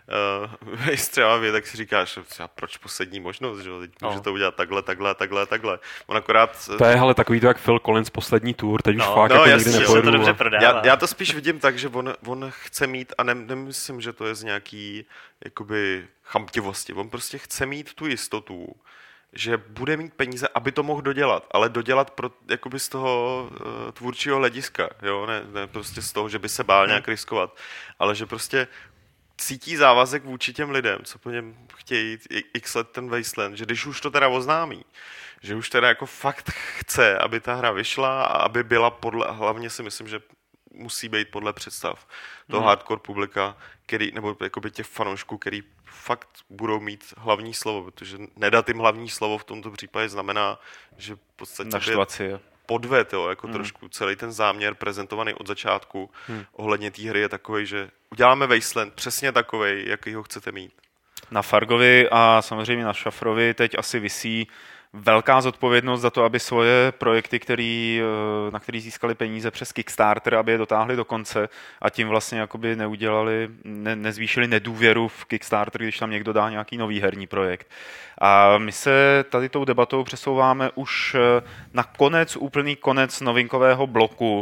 Uh, třeba vy, tak si říkáš, třeba proč poslední možnost, že teď může no. to udělat takhle, takhle, takhle, takhle. On akorát... To je, hele, takový to jak Phil Collins poslední tour, teď už No, fakt no, jako jasně, nikdy že se nepojedu. to dobře A... prodává. Já, já to spíš vidím tak, že on, on chce mít, a ne, nemyslím, že to je z nějaký jakoby chamtivosti, on prostě chce mít tu jistotu, že bude mít peníze, aby to mohl dodělat, ale dodělat pro, jakoby z toho uh, tvůrčího hlediska, jo, ne, ne prostě z toho, že by se bál nějak riskovat, ale že prostě cítí závazek vůči těm lidem, co po něm chtějí x let ten Wasteland, že když už to teda oznámí, že už teda jako fakt chce, aby ta hra vyšla a aby byla podle, hlavně si myslím, že musí být podle představ toho hmm. hardcore publika, který, nebo jakoby těch fanoušků, který fakt budou mít hlavní slovo, protože nedat jim hlavní slovo v tomto případě znamená, že v podstatě Naštvaci, podved, jo, jako hmm. trošku celý ten záměr prezentovaný od začátku hmm. ohledně té hry je takový, že uděláme Wasteland přesně takovej, jaký ho chcete mít. Na Fargovi a samozřejmě na Šafrovi teď asi visí velká zodpovědnost za to, aby svoje projekty, který, na který získali peníze přes Kickstarter, aby je dotáhli do konce a tím vlastně jakoby neudělali, ne, nezvýšili nedůvěru v Kickstarter, když tam někdo dá nějaký nový herní projekt. A my se tady tou debatou přesouváme už na konec, úplný konec novinkového bloku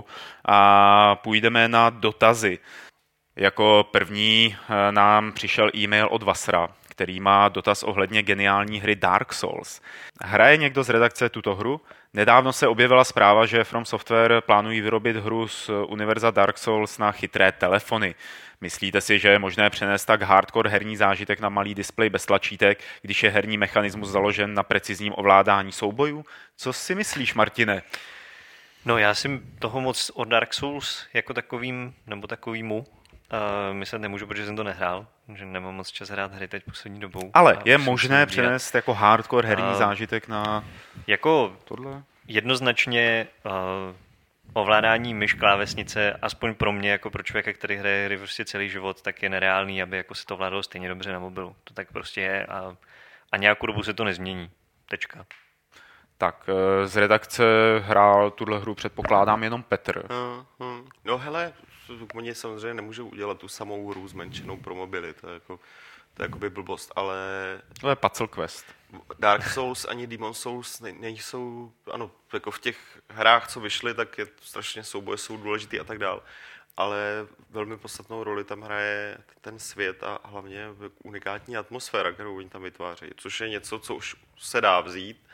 a půjdeme na dotazy. Jako první nám přišel e-mail od Vasra, který má dotaz ohledně geniální hry Dark Souls. Hraje někdo z redakce tuto hru? Nedávno se objevila zpráva, že From Software plánují vyrobit hru z univerza Dark Souls na chytré telefony. Myslíte si, že je možné přenést tak hardcore herní zážitek na malý displej bez tlačítek, když je herní mechanismus založen na precizním ovládání soubojů? Co si myslíš, Martine? No, já si toho moc o Dark Souls jako takovým, nebo takovýmu, Uh, myslet nemůžu, protože jsem to nehrál, že nemám moc čas hrát hry teď poslední dobou. Ale je možné přenést jako hardcore herní uh, zážitek na jako tohle? Jednoznačně uh, ovládání myš klávesnice, aspoň pro mě, jako pro člověka, který hraje hry prostě celý život, tak je nereálný, aby jako se to ovládalo stejně dobře na mobilu. To tak prostě je a, a nějakou dobu se to nezmění. Tečka. Tak, z redakce hrál tuhle hru, předpokládám, jenom Petr. Uh, uh. No hele, oni samozřejmě nemůžou udělat tu samou hru zmenšenou pro mobily, to je jako, to je jakoby blbost, ale... To je Puzzle Quest. Dark Souls ani Demon Souls ne, nejsou, ano, jako v těch hrách, co vyšly, tak je strašně souboje jsou důležitý a tak dál, ale velmi podstatnou roli tam hraje ten svět a hlavně unikátní atmosféra, kterou oni tam vytvářejí, což je něco, co už se dá vzít.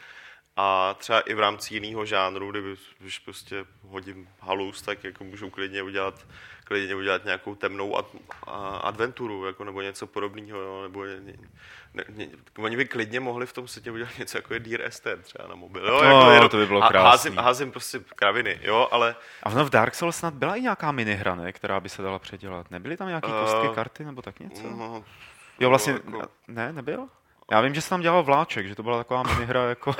A třeba i v rámci jiného žánru, kdyby, když prostě hodím halus, tak jako můžou klidně udělat, klidně udělat nějakou temnou ad, a, adventuru, jako, nebo něco podobného, jo, nebo ne, ne, ne, oni by klidně mohli v tom světě udělat něco, jako je Dear Esther třeba na mobil. Jo, no, jako, to by bylo krásný. Házím, házím prostě kraviny, jo, ale... A v Dark Souls snad byla i nějaká minihra, ne, která by se dala předělat. Nebyly tam nějaké kostky, uh, karty nebo tak něco? No, jo, vlastně, jako... ne, nebyl? Já vím, že se tam dělal vláček, že to byla taková minihra jako...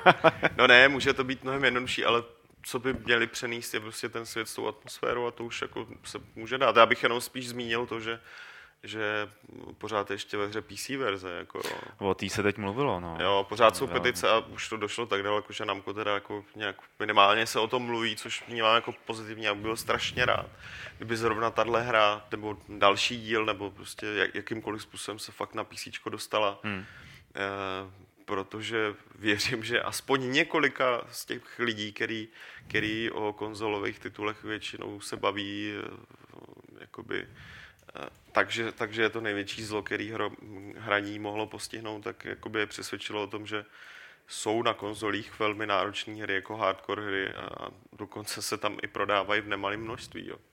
No ne, může to být mnohem jednodušší, ale co by měli přenést je prostě ten svět s tou atmosférou a to už jako se může dát. Já bych jenom spíš zmínil to, že že pořád ještě ve hře P C verze. Jako, o té se teď mluvilo, no. Jo, pořád jsou petice a už to došlo tak daleko, že Namco teda jako nějak minimálně se o tom mluví, což vnímám jako pozitivně a byl strašně rád, kdyby zrovna tahle hra, nebo další díl, nebo prostě jak, jakýmkoliv způsobem se fakt na PCčko dostala. Hmm. E, protože věřím, že aspoň několika z těch lidí, který, který o konzolových titulech většinou se baví, jakoby, takže, takže je to největší zlo, který hro, hraní mohlo postihnout, tak jakoby je přesvědčilo o tom, že jsou na konzolích velmi náročné hry jako hardcore hry a dokonce se tam i prodávají v nemalém množství. Jo.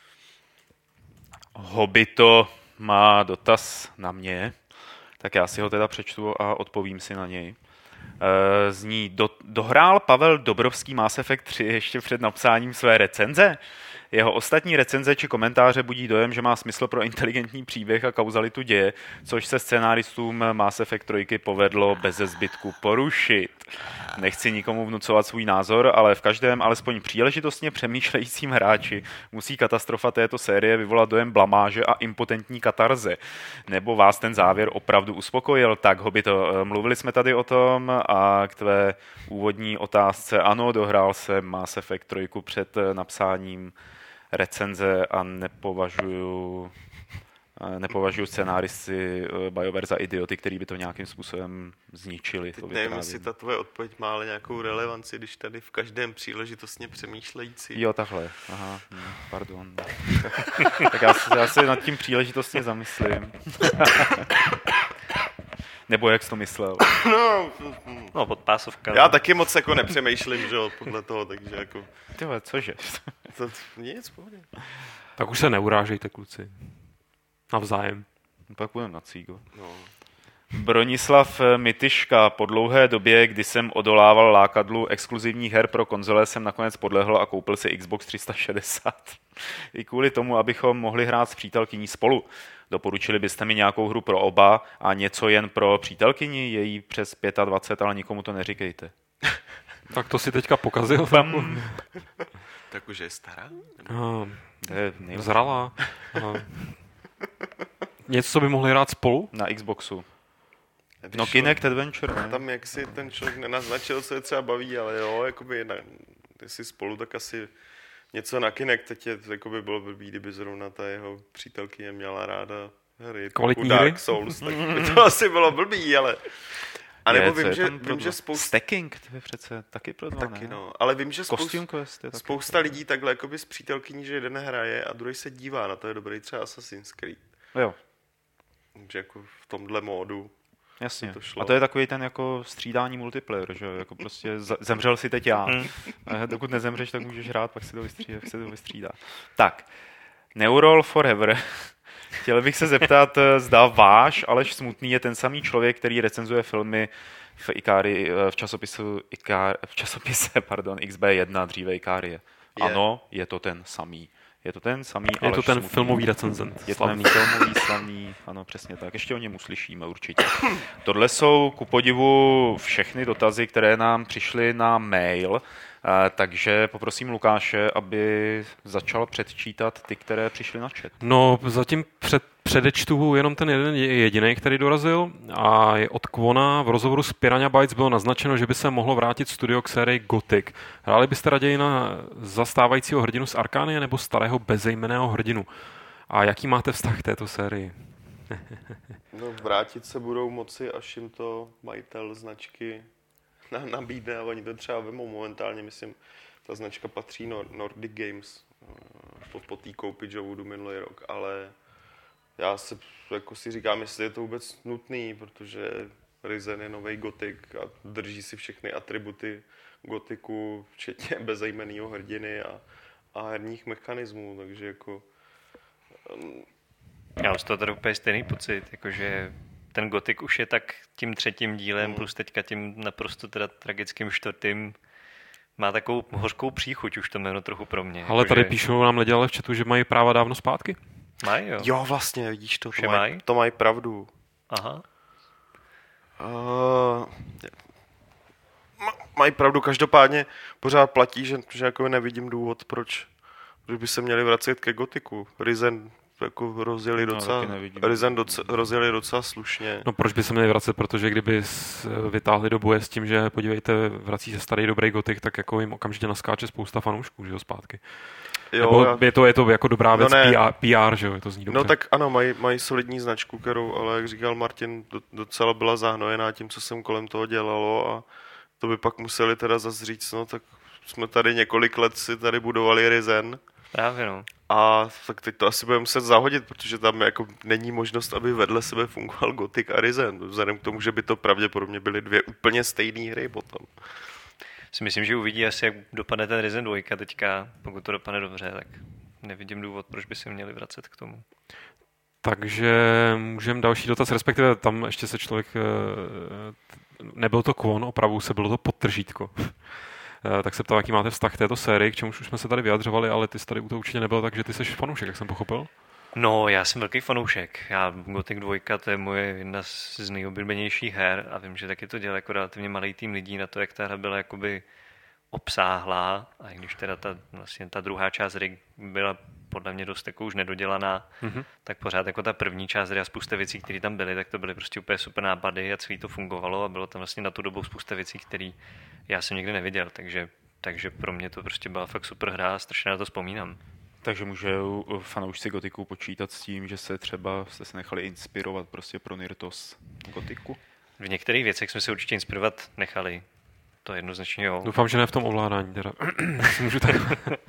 Hobito má dotaz na mě, tak já si ho teda přečtu a odpovím si na něj. Zní, do, dohrál Pavel Dobrovský Mass Effect tři ještě před napsáním své recenze? Jeho ostatní recenze či komentáře budí dojem, že má smysl pro inteligentní příběh a kauzalitu děje, což se scénáristům Mass Effect tři povedlo beze zbytku porušit. Nechci nikomu vnucovat svůj názor, ale v každém alespoň příležitostně přemýšlejícím hráči musí katastrofa této série vyvolat dojem blamáže a impotentní katarze. Nebo vás ten závěr opravdu uspokojil? Tak, Hobito, mluvili jsme tady o tom a k tvé úvodní otázce, ano, dohrál jsem Mass Effect tři před napsáním recenze a nepovažuju... nepovažuji scénáristy BioWare za idioty, který by to nějakým způsobem zničili. Teď nevím, jestli ta tvoje odpověď má ale nějakou relevanci, když tady v každém příležitostně přemýšlející. Jo, takhle. Aha, hm, pardon. Tak já, já se nad tím příležitostně zamyslím. Nebo jak jsi to myslel? No, no podpásovka. Já taky moc jako nepřemýšlím, že jo, podle toho, takže jako... Tyhle, cože? To, nic, pohodě. Tak už se neurážejte, kluci. Navzájem. Pak budeme na cígo. No. Bronislav Mytyška. Po dlouhé době, kdy jsem odolával lákadlu exkluzivních her pro konzole, jsem nakonec podlehl a koupil si Xbox tři sta šedesát. I kvůli tomu, abychom mohli hrát s přítelkyní spolu. Doporučili byste mi nějakou hru pro oba a něco jen pro přítelkyni? Je jí přes dvacet pět, ale nikomu to neříkejte. Tak to si teďka pokazil. Tak už je stará? No, je zralá. No. Něco, co by mohli hrát spolu? Na Xboxu. No Kinect Adventure, ne? Tam jak si ten člověk nenaznačil, co je třeba baví, ale jo, jakoby na, jestli spolu, tak asi něco na Kinect. Teď je, jakoby bylo blbý, kdyby zrovna ta jeho přítelkyně měla ráda hry. Kvalitní Dark hry? Souls, tak by to asi bylo blbý, ale... A nebo je, vím, že, vím, že spousta... Stacking, to je přece taky pro dva, Taky ne? no, ale vím, že spousta, Costume Quest je taky. spousta lidí takhle jakoby s přítelkyní, že jeden hraje a druhý se dívá, na to je dobrý třeba Assassin's Creed. Jo. Že jako v tomhle módu. Jasně. To šlo. A to je takový ten jako střídání multiplayer, že jo? Jako prostě zemřel si teď já. A dokud nezemřeš, tak můžeš hrát, pak si to vystřídá. Se to vystřídá. Tak. Neural Forever. Chtěl bych se zeptat, zda váš Aleš Smutný je ten samý člověk, který recenzuje filmy v Ikari, v časopisu Ikar, v časopise, pardon, X B jedna, dříve Ikarie. Je. Ano, je to ten samý. Je to ten samý Je Aleš to ten Smutný. filmový recenzent. Je to ten filmový slavný, ano, přesně tak. Ještě o něm uslyšíme určitě. Tohle jsou ku podivu všechny dotazy, které nám přišly na mail, takže poprosím Lukáše, aby začal předčítat ty, které přišly na chat. No, zatím před, předečtu jenom ten jeden jediný, který dorazil, a je od Kvona. V rozhovoru s Piranha Bytes bylo naznačeno, že by se mohlo vrátit studio k sérii Gothic. Hráli byste raději na zastávajícího hrdinu z Arkánie nebo starého bezejmenného hrdinu? A jaký máte vztah k této sérii? No, vrátit se budou moci, až jim to majitel značky nabídne a oni to třeba vemou momentálně, myslím, ta značka patří Nordic Games po, po té koupi Jovoodu minulý rok, ale já se, jako si říkám, jestli je to vůbec nutný, protože Risen je novej Gothic a drží si všechny atributy Gothicu, včetně bezejmenného hrdiny a, a herních mechanismů, takže jako... Um... Já mám z toho tady úplně stejný pocit, jakože ten Gothic už je tak tím třetím dílem, mm. plus teďka tím naprosto teda tragickým čtvrtým, má takovou hořkou příchuť už to jméno trochu pro mě. Ale tady že... píšou nám lidi ale v chatu, že mají práva dávno zpátky. Mají, jo. Jo, vlastně, vidíš to, to, to mají maj? maj pravdu. Aha. Uh, mají pravdu, každopádně pořád platí, že, že jako nevidím důvod, proč, proč by se měli vracet ke Gothicu. Risen jako rozjeli docela, no, Risen docela, rozjeli docela slušně. No proč by se měli vracet, protože kdyby vytáhli do boje s tím, že podívejte, vrací se starý dobrý Gothic, tak jako jim okamžitě naskáče spousta fanoušků, že jo, zpátky. Jo, Nebo já... je, to, je to jako dobrá věc, no P R, P R, že jo, je to zní dobře. No tak ano, mají, mají solidní značku, kterou, ale jak říkal Martin, docela byla zahnojená tím, co jsem kolem toho dělalo a to by pak museli teda zase říct, no tak jsme tady několik let si tady budovali Risen. Právě no. A tak teď to asi budeme muset zahodit, protože tam jako není možnost, aby vedle sebe fungoval Gothic a Risen, vzhledem k tomu, že by to pravděpodobně byly dvě úplně stejné hry potom. Si myslím, že uvidí asi, jak dopadne ten Risen dva teďka, pokud to dopadne dobře, tak nevidím důvod, proč by se měli vracet k tomu. Takže můžeme další dotaz, respektive tam ještě se člověk, nebyl to Kwon, opravdu se, bylo to podtržítko. Tak se ptal, jaký máte vztah k této sérii, k čemuž už jsme se tady vyjadřovali, ale ty jsi tady u toho určitě nebyl, takže ty jsi fanoušek, jak jsem pochopil. No, já jsem velký fanoušek. Já Gothic dva, to je moje jedna z nejoblíbenějších her a vím, že taky to dělal jako relativně malý tým lidí na to, jak ta hra byla jakoby obsáhlá, a i když teda ta, vlastně ta druhá část hry byla podle mě dost jako už nedodělaná, mm-hmm. tak pořád jako ta první část hry a spousta věcí, které tam byly, tak to byly prostě úplně super nápady a celý to fungovalo a bylo tam vlastně na tu dobu spousta věcí, které já jsem nikdy neviděl, takže, takže pro mě to prostě byla fakt super hra a strašně na to vzpomínám. Takže můžou fanoušci Gothicu počítat s tím, že se třeba jste se nechali inspirovat prostě pro Nirtos Gothicu? V některých věcech jsme se určitě inspirovat nechali. To jednoznačně jo. Doufám, že ne v tom ovládání teda. Můžu tak...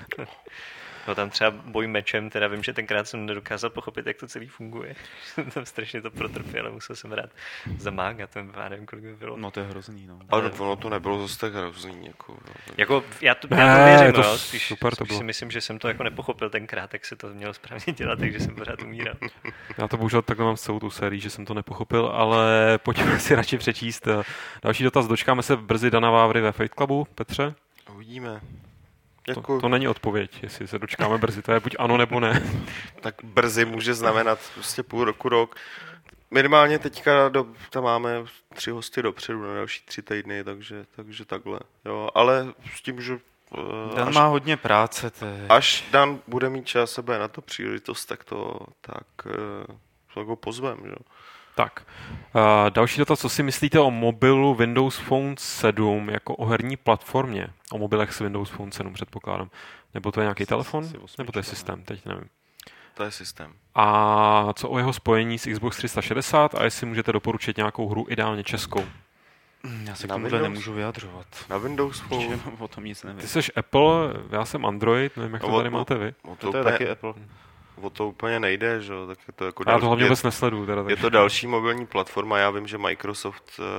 No tam třeba boj mečem, teda vím, že tenkrát jsem nedokázal pochopit, jak to celý funguje. Tam strašně to protrpěl, ale musel jsem rád zamágat, ten nevím, kolik by bylo. No to je hrozný, no. Ale ono to nebylo zase tak hrozný, jako... Jako, já to, já to věřím, to no, spíš, super to spíš si myslím, že jsem to jako nepochopil tenkrát, tak se to mělo správně dělat, takže jsem pořád umíral. Já to bohužel takhle mám s celou tu sérii, že jsem to nepochopil, ale pojďme si radši přečíst. Další dotaz, dočkáme se brzy Dana Vávry ve Fight Clubu, Petře? Uvidíme. To, to není odpověď, jestli se dočkáme brzy, to je buď ano nebo ne. Tak brzy může znamenat prostě půl roku, rok. Minimálně teďka do, tam máme tři hosty dopředu na další tři týdny, takže, takže takhle. Jo, ale s tím, že... Uh, Dan až, má hodně práce. Teď. Až Dan bude mít čas sebe na to příležitost, tak to tak uh, jako pozvem, že? Tak, uh, další dotaz, co si myslíte o mobilu Windows Phone sedm jako o herní platformě? O mobilech s Windows Phone sedm předpokládám. Nebo to je nějaký telefon? Nebo to je systém? Teď nevím. To je systém. A co o jeho spojení s Xbox tři sta šedesát a jestli můžete doporučit nějakou hru, ideálně českou? Já se k Na tomuhle Windows? nemůžu vyjadřovat. Na Windows Phone? O tom nic nevím. Ty jsi Apple, já jsem Android, nevím, jak to No, tady o- máte vy. O to, To je úplně, taky Apple. o to úplně nejde, že? Tak je to jako Já to hlavně je, vůbec nesleduju. Teda, je takže. to další mobilní platforma. Já vím, že Microsoft uh,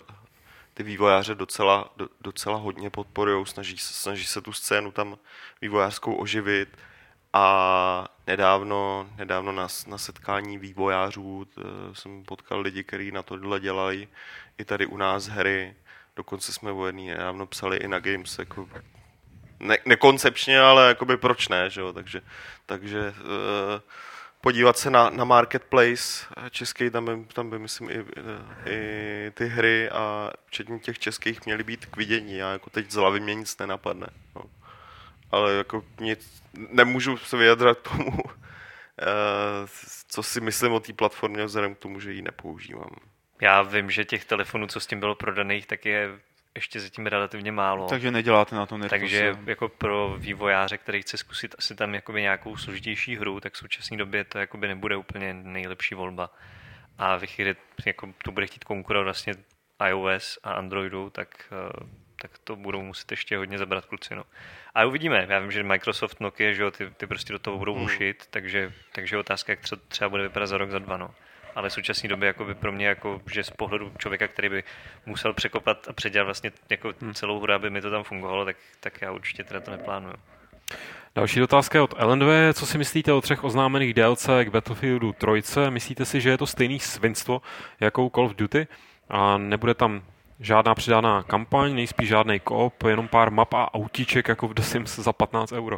ty vývojáře docela, do, docela hodně podporují, snaží, snaží se tu scénu tam vývojářskou oživit. A nedávno, nedávno na, na setkání vývojářů uh, jsem potkal lidi, kteří na tohle dělali i tady u nás hry. Dokonce jsme o jedný nedávno psali i na Games, jako ne, nekoncepčně, ale jakoby proč ne, že jo? Takže, takže uh, podívat se na, na marketplace český, tam by, tam by myslím i, i ty hry a včetně těch českých měly být k vidění. Já jako teď z hlavy mě nic nenapadne. No. Ale jako nic, nemůžu se vyjadrat k tomu, uh, co si myslím o té platformě vzhledem k tomu, že ji nepoužívám. Já vím, že těch telefonů, co s tím bylo prodaných, tak je ještě zatím relativně málo. Takže neděláte na to Nirtos. Takže jako pro vývojáře, který chce zkusit asi tam jakoby nějakou složitější hru, tak v současné době to jakoby nebude úplně nejlepší volba. A ve chvíli, jako to bude chtít konkurovat vlastně iOS a Androidu, tak, tak to budou muset ještě hodně zabrat kluci. No. A uvidíme. Já vím, že Microsoft, Nokia, že jo, ty, ty prostě do toho budou Hmm. ušit, takže, takže otázka, jak třeba bude vypadat za rok, za dva. No. Ale v současné době jakoby pro mě, jako, že z pohledu člověka, který by musel překopat a předělat vlastně jako celou hru, aby mi to tam fungovalo, tak, tak já určitě teda to neplánuju. Další otázka je od L N V. Co si myslíte o třech oznámených D L C k Battlefieldu tři? Myslíte si, že je to stejný svinstvo jako Call of Duty? A nebude tam žádná přidaná kampaň, nejspíš žádný koop, jenom pár map a autíček jako v The Sims za patnáct euro.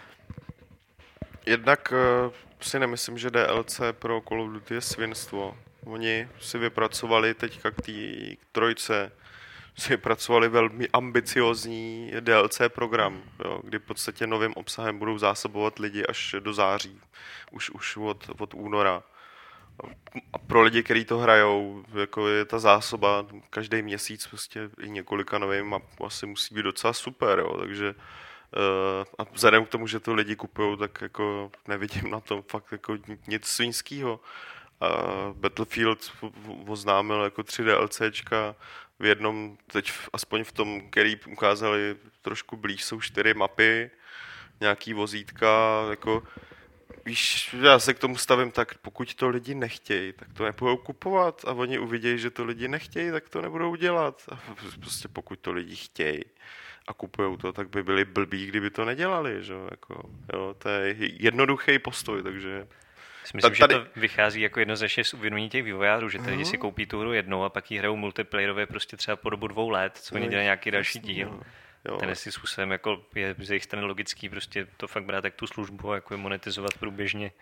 Jednak uh, si nemyslím, že D L C pro Call of Duty je svinstvo. Oni si vypracovali teďka k té trojce, si vypracovali velmi ambiciozní D L C program, jo, kdy v podstatě novým obsahem budou zásobovat lidi až do září, už, už od, od února. A pro lidi, kteří to hrajou, jako je ta zásoba každý měsíc prostě i několika novým map asi musí být docela super, jo, takže Uh, a vzhledem k tomu, že to lidi kupují, tak jako nevidím na tom fakt jako nic svinskýho. Uh, Battlefield oznámil jako tři DLCčka, v jednom, teď aspoň v tom, který ukázali trošku blíž, jsou čtyři mapy, nějaký vozítka, jako víš, já se k tomu stavím tak, pokud to lidi nechtějí, tak to nebudou kupovat a oni uvidějí, že to lidi nechtějí, tak to nebudou dělat. A prostě pokud to lidi chtějí a kupujou to, tak by byli blbí, kdyby to nedělali, že jako, jo, to je jednoduchý postoj, takže... Myslím, tady... že to vychází jako jednoznačně z uvědomění těch vývojářů, že ty lidi si koupí tu hru jednou a pak ji hrajou multiplayerově prostě třeba po dobu dvou let, co oni dělají nějaký další díl. Jo. Ten jestli způsobem jako je z jejich strany logický prostě to fakt brát jak tu službu a jako je monetizovat průběžně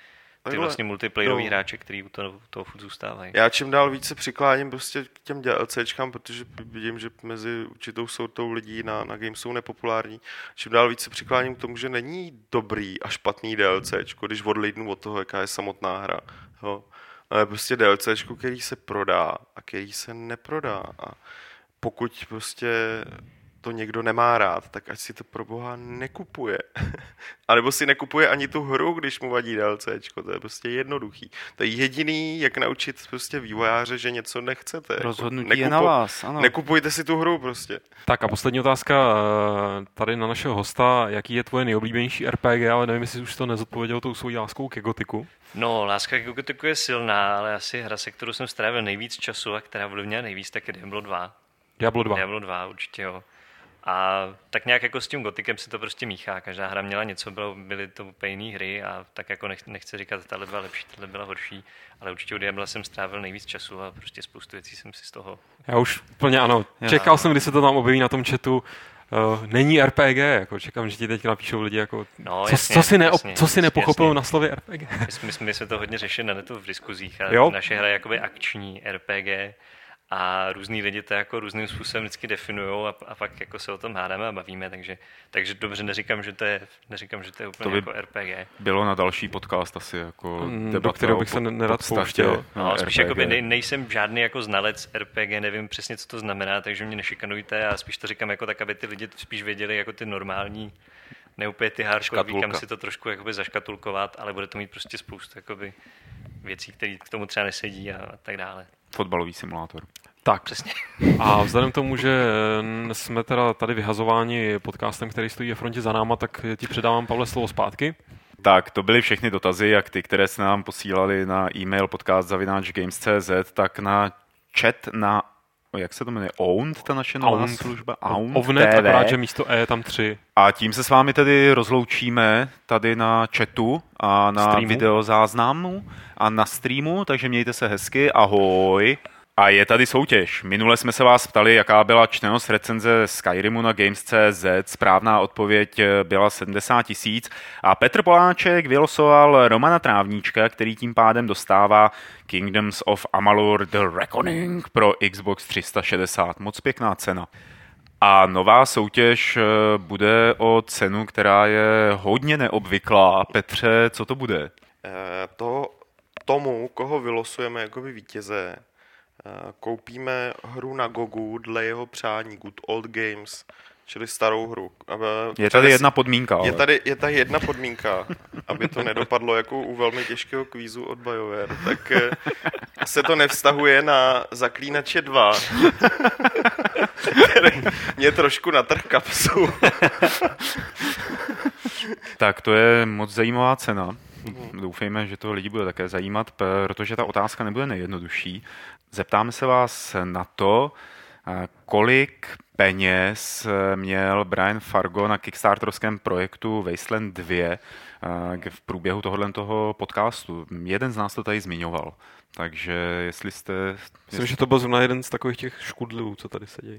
ty vlastně multiplayerový no. hráče, který u toho, toho furt zůstávají. Já čím dál více přikláním prostě k těm DLCčkám, protože vidím, že mezi určitou sortou lidí na, na Games jsou nepopulární. Čím dál více přikláním k tomu, že není dobrý a špatný DLCčko, když odlídnu od toho, jaká je samotná hra. Jo. Ale prostě DLCčko, který se prodá a který se neprodá. A pokud prostě to někdo nemá rád, tak ať si to pro boha nekupuje. A nebo si nekupuje ani tu hru, když mu vadí DLCčko. To je prostě jednoduchý. To je jediný, jak naučit prostě vývojáře, že něco nechcete. Rozhodnutí Nekupo- je na vás, ano. Nekupujte si tu hru prostě. Tak a poslední otázka tady na našeho hosta. Jaký je tvoje nejoblíbenější R P G, ale nevím, jestli už to nezodpověděl tou svojí láskou ke gotiku. No, láska k gotiku je silná, ale asi hra, se kterou jsem strávil nejvíc času a která ovlivnila nejvíc, tak je Diablo dva. Diablo dva. Diablo dva, určitě jo. A tak nějak jako s tím gotikem se to prostě míchá. Každá hra měla něco, bylo, byly to úplně jiné hry a tak jako nech, nechci říkat, tahle byla lepší, tahle byla horší, ale určitě u Diabla jsem strávil nejvíc času a prostě spoustu věcí jsem si z toho... Já už plně ano. Čekal já. jsem, kdy se to tam objeví na tom chatu. Uh, není R P G, jako čekám, že ti teď napíšou lidi jako, no, co, jasně, co si, neop, jasně, co si nepochopil jasně. na slově R P G. My, my, my jsme to hodně řešili na netu v diskuzích a jo? naše hra je jakoby akční R P G a různý lidi to jako různým způsobem vždycky definujou a, a pak jako se o tom hádáme a bavíme, takže, takže dobře neříkám, že to je, neříkám, že to je úplně to by jako R P G. Bylo na další podcast asi jako debata, do kterého bych se nerad pouštěl. No, spíš jakoby nej, nejsem žádný jako znalec R P G, nevím přesně, co to znamená, takže mě nešikanujte a spíš to říkám jako tak, aby ty lidi spíš věděli jako ty normální, ne úplně ty hardcore, kam si to trošku jakoby zaškatulkovat, ale bude to mít prostě spoustu jakoby věcí, které k tomu třeba nesedí a, a tak dále. Fotbalový simulátor. Tak. Přesně. A vzhledem k tomu, že jsme teda tady vyhazováni podcastem, který stojí ve frontě za náma, tak ti předávám, Pavle, slovo zpátky. Tak, to byly všechny dotazy, jak ty, které se nám posílali na e-mail podcast zavináč games tečka cé zet, tak na chat na, jak se to jmenuje, Owned, ta naše nová služba? Owned, Owned akorát, že místo E je tam tři. A tím se s vámi tedy rozloučíme tady na chatu a na streamu. Videozáznamu a na streamu, takže mějte se hezky, ahoj. A je tady soutěž. Minule jsme se vás ptali, jaká byla čtenost recenze Skyrimu na games tečka cé zet. Správná odpověď byla sedmdesát tisíc. A Petr Poláček vylosoval Romana Trávníčka, který tím pádem dostává Kingdoms of Amalur The Reckoning pro Xbox tři sta šedesát. Moc pěkná cena. A nová soutěž bude o cenu, která je hodně neobvyklá. Petře, co to bude? E, to tomu, koho vylosujeme jako vítěze, koupíme hru na Gogu dle jeho přání, Good Old Games, čili starou hru. Je tady jedna podmínka. Ale. Je tady, je tady jedna podmínka, aby to nedopadlo jako u velmi těžkého kvízu od BioWare, tak se to nevztahuje na Zaklínače dva, který mě trošku natrh kapsu. Tak to je moc zajímavá cena. Doufejme, že to lidi bude také zajímat, protože ta otázka nebude nejjednodušší. Zeptáme se vás na to, kolik peněz měl Brian Fargo na kickstarterovském projektu Wasteland dva v průběhu tohoto podcastu. Jeden z nás to tady zmiňoval. Takže jestli jste... Myslím, jestli... že to byl zrovna jeden z takových těch škudlivů, co tady sedějí.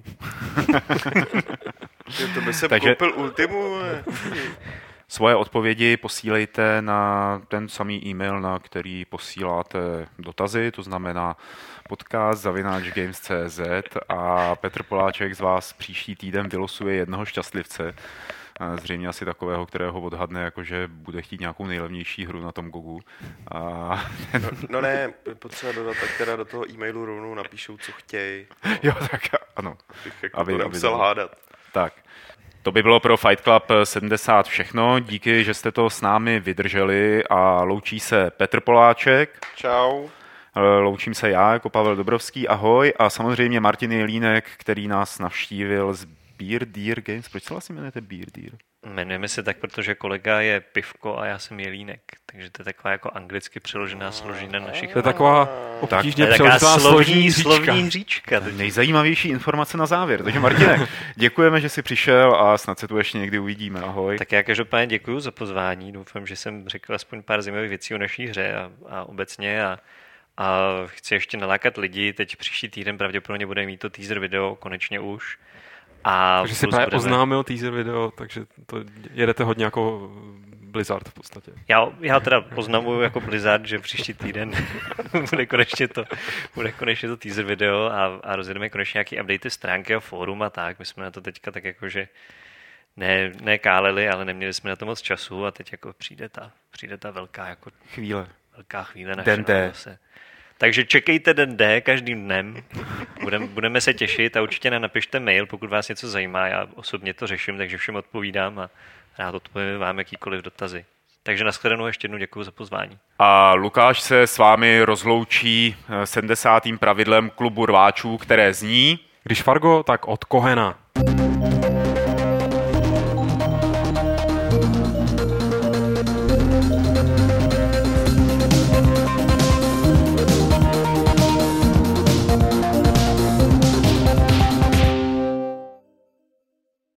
To by se Takže... koupil Ultimu. Svoje odpovědi posílejte na ten samý e-mail, na který posíláte dotazy, to znamená podcast zavináč games tečka cé zet a Petr Poláček z vás příští týden vylosuje jednoho šťastlivce. Zřejmě asi takového, kterého odhadne, jakože bude chtít nějakou nejlevnější hru na tom Gogu. A... No, no ne, potřeba dodat, tak teda do toho e-mailu rovnou napíšou, co chtějí. No. Jo, tak ano. Bych jako aby, to nemusel hádat. Tak. To by bylo pro Fight Club sedmdesát všechno. Díky, že jste to s námi vydrželi a loučí se Petr Poláček. Čau. Loučím se já jako Pavel Dobrovský, ahoj. A samozřejmě Martin Jelínek, který nás navštívil z Beer Deer Games. Proč se vlastně jmenujete Beer Deer? Jmenujeme se tak, protože kolega je Pivko a já jsem Jelínek. Takže to je taková jako anglicky přeložená složina našich... To je taková obtížně tak, přeložená slovní hříčka. Slovní hříčka. Nejzajímavější informace na závěr. Takže Martine, děkujeme, že jsi přišel a snad se tu ještě někdy uvidíme. Ahoj. Tak já každopádně děkuji za pozvání. Doufám, že jsem řekl aspoň pár zajímavých věcí o naší hře a, a obecně. A, a chci ještě nalákat lidi. Teď příští týden pravděpodobně bude mít to teaser video, konečně už. A takže si právě budeme... oznámil teaser video, takže to jedete hodně jako Blizzard v podstatě. Já, já teda oznamuju jako Blizzard, že příští týden bude konečně to, bude konečně to teaser video a, a rozjedeme konečně nějaký updaty stránky a fórum a tak. My jsme na to teďka tak jakože ne, ne káleli, ale neměli jsme na to moc času a teď jako přijde ta, přijde ta velká jako chvíle. Velká chvíle Den D. Zase. Takže čekejte den D každým dnem. Budem, budeme se těšit a určitě nám napište mail, pokud vás něco zajímá. Já osobně to řeším, takže všem odpovídám a rád odpovím vám jakýkoliv dotazy. Takže nashledanou, ještě jednou děkuji za pozvání. A Lukáš se s vámi rozloučí sedmdesátým pravidlem klubu rváčů, které zní: Když Fargo, tak od Kohena.